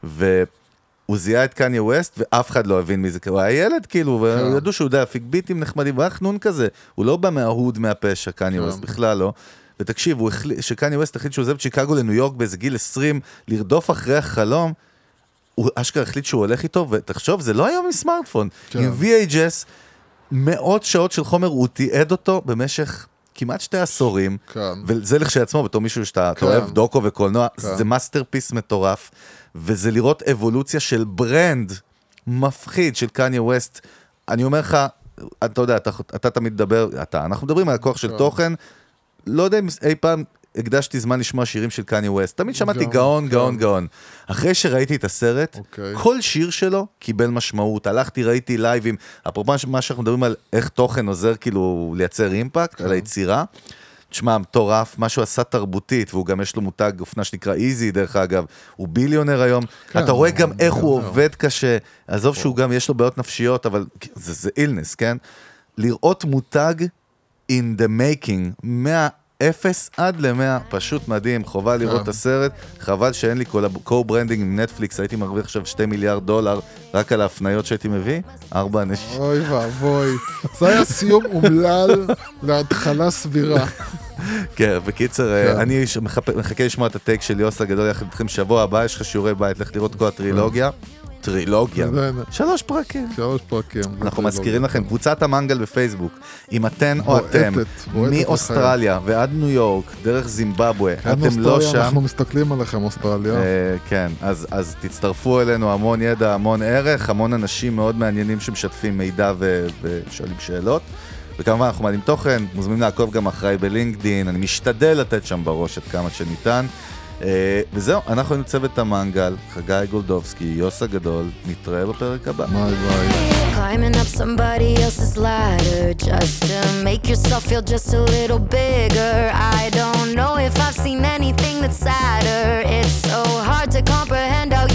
הוא זיהה את קניה ווסט, ואף אחד לא הבין מי זה, הוא היה ילד כאילו, וידעו שהוא יודע, פיק ביטים נחמדים, הוא היה חנון כזה, הוא לא בא מההוד מהפשע, קניה ווסט, בכלל לא, ותקשיב, שקניה ווסט החליט שהוא עוזב את שיקגו לניו יורק באיזה גיל 20, לרדוף אחרי החלום, הוא אשכרה החליט שהוא הולך איתו, ותחשוב, זה לא היום עם סמארטפון, עם VHS, מאות שעות של חומר, הוא תיעד אותו במשך כמעט 2 עשורים, וזה לכשעצמו, בתור מישהו שאתה אוהב דוקו וקולנוע, זה מאסטרפיס מטורף, וזה לראות אבולוציה של ברנד מפחיד של קניה ווסט. אני אומר לך, אתה יודע, אתה תמיד מדבר, אנחנו מדברים על הכוח של תוכן, לא יודע אם אי פעם הקדשתי זמן לשמוע שירים של קניה ווסט, תמיד שמעתי גאון. אחרי שראיתי את הסרט, כל שיר שלו קיבל משמעות, הלכתי, ראיתי לייבים, אפרופו מה שאנחנו מדברים על איך תוכן עוזר כאילו לייצר אימפקט, על היצירה, תשמע, מטורף, משהו עשה תרבותית, והוא גם יש לו מותג אופנה שנקרא איזי, דרך אגב, הוא ביליונר היום, אתה רואה גם איך הוא עובד קשה, עזוב שהוא גם יש לו בעיות נפשיות, אבל זה אילנס, כן? לראות מותג in the making, 0 עד 100, פשוט מדהים, חובה לראות את הסרט, חבל שאין לי קו-ברנדינג עם נטפליקס, הייתי מרוויח עכשיו $2 מיליארד, רק על ההפניות שהייתי מביא, 4 אנשים. אוי ואבוי, זה היה סיום אומלל להתחלה סבירה. כן, בקיצר, אני מחכה לשמוע את הטייק של יוסה גדול יחד איתכם שבוע הבא, יש לך שיעורי בית, לך לראות כל הטרילוגיה. 3 פרקים. אנחנו מזכירים לכם, קבוצת המנגל בפייסבוק, אם אתן או אתם, מאוסטרליה ועד ניו יורק, דרך זימבבואה, אתם לא שם. אנחנו מסתכלים עליכם, אוסטרליה. כן, אז תצטרפו אלינו, המון ידע, המון ערך, המון אנשים מאוד מעניינים שמשתפים מידע ושואלים שאלות. וכמובן אנחנו מעלים תוכן, מוזמנים לעקוב גם אחריי בלינקדין, אני משתדל לתת שם בראש את כמה שניתן. וזהו, אנחנו עם צוות המנגל, חגי גולדובסקי, יוסה גדול, נתראה בפרק הבא. ביי ביי. Climbing up somebody else's ladder just to make yourself feel just a little bigger. I don't know if I've seen anything that's sadder. It's so hard to comprehend how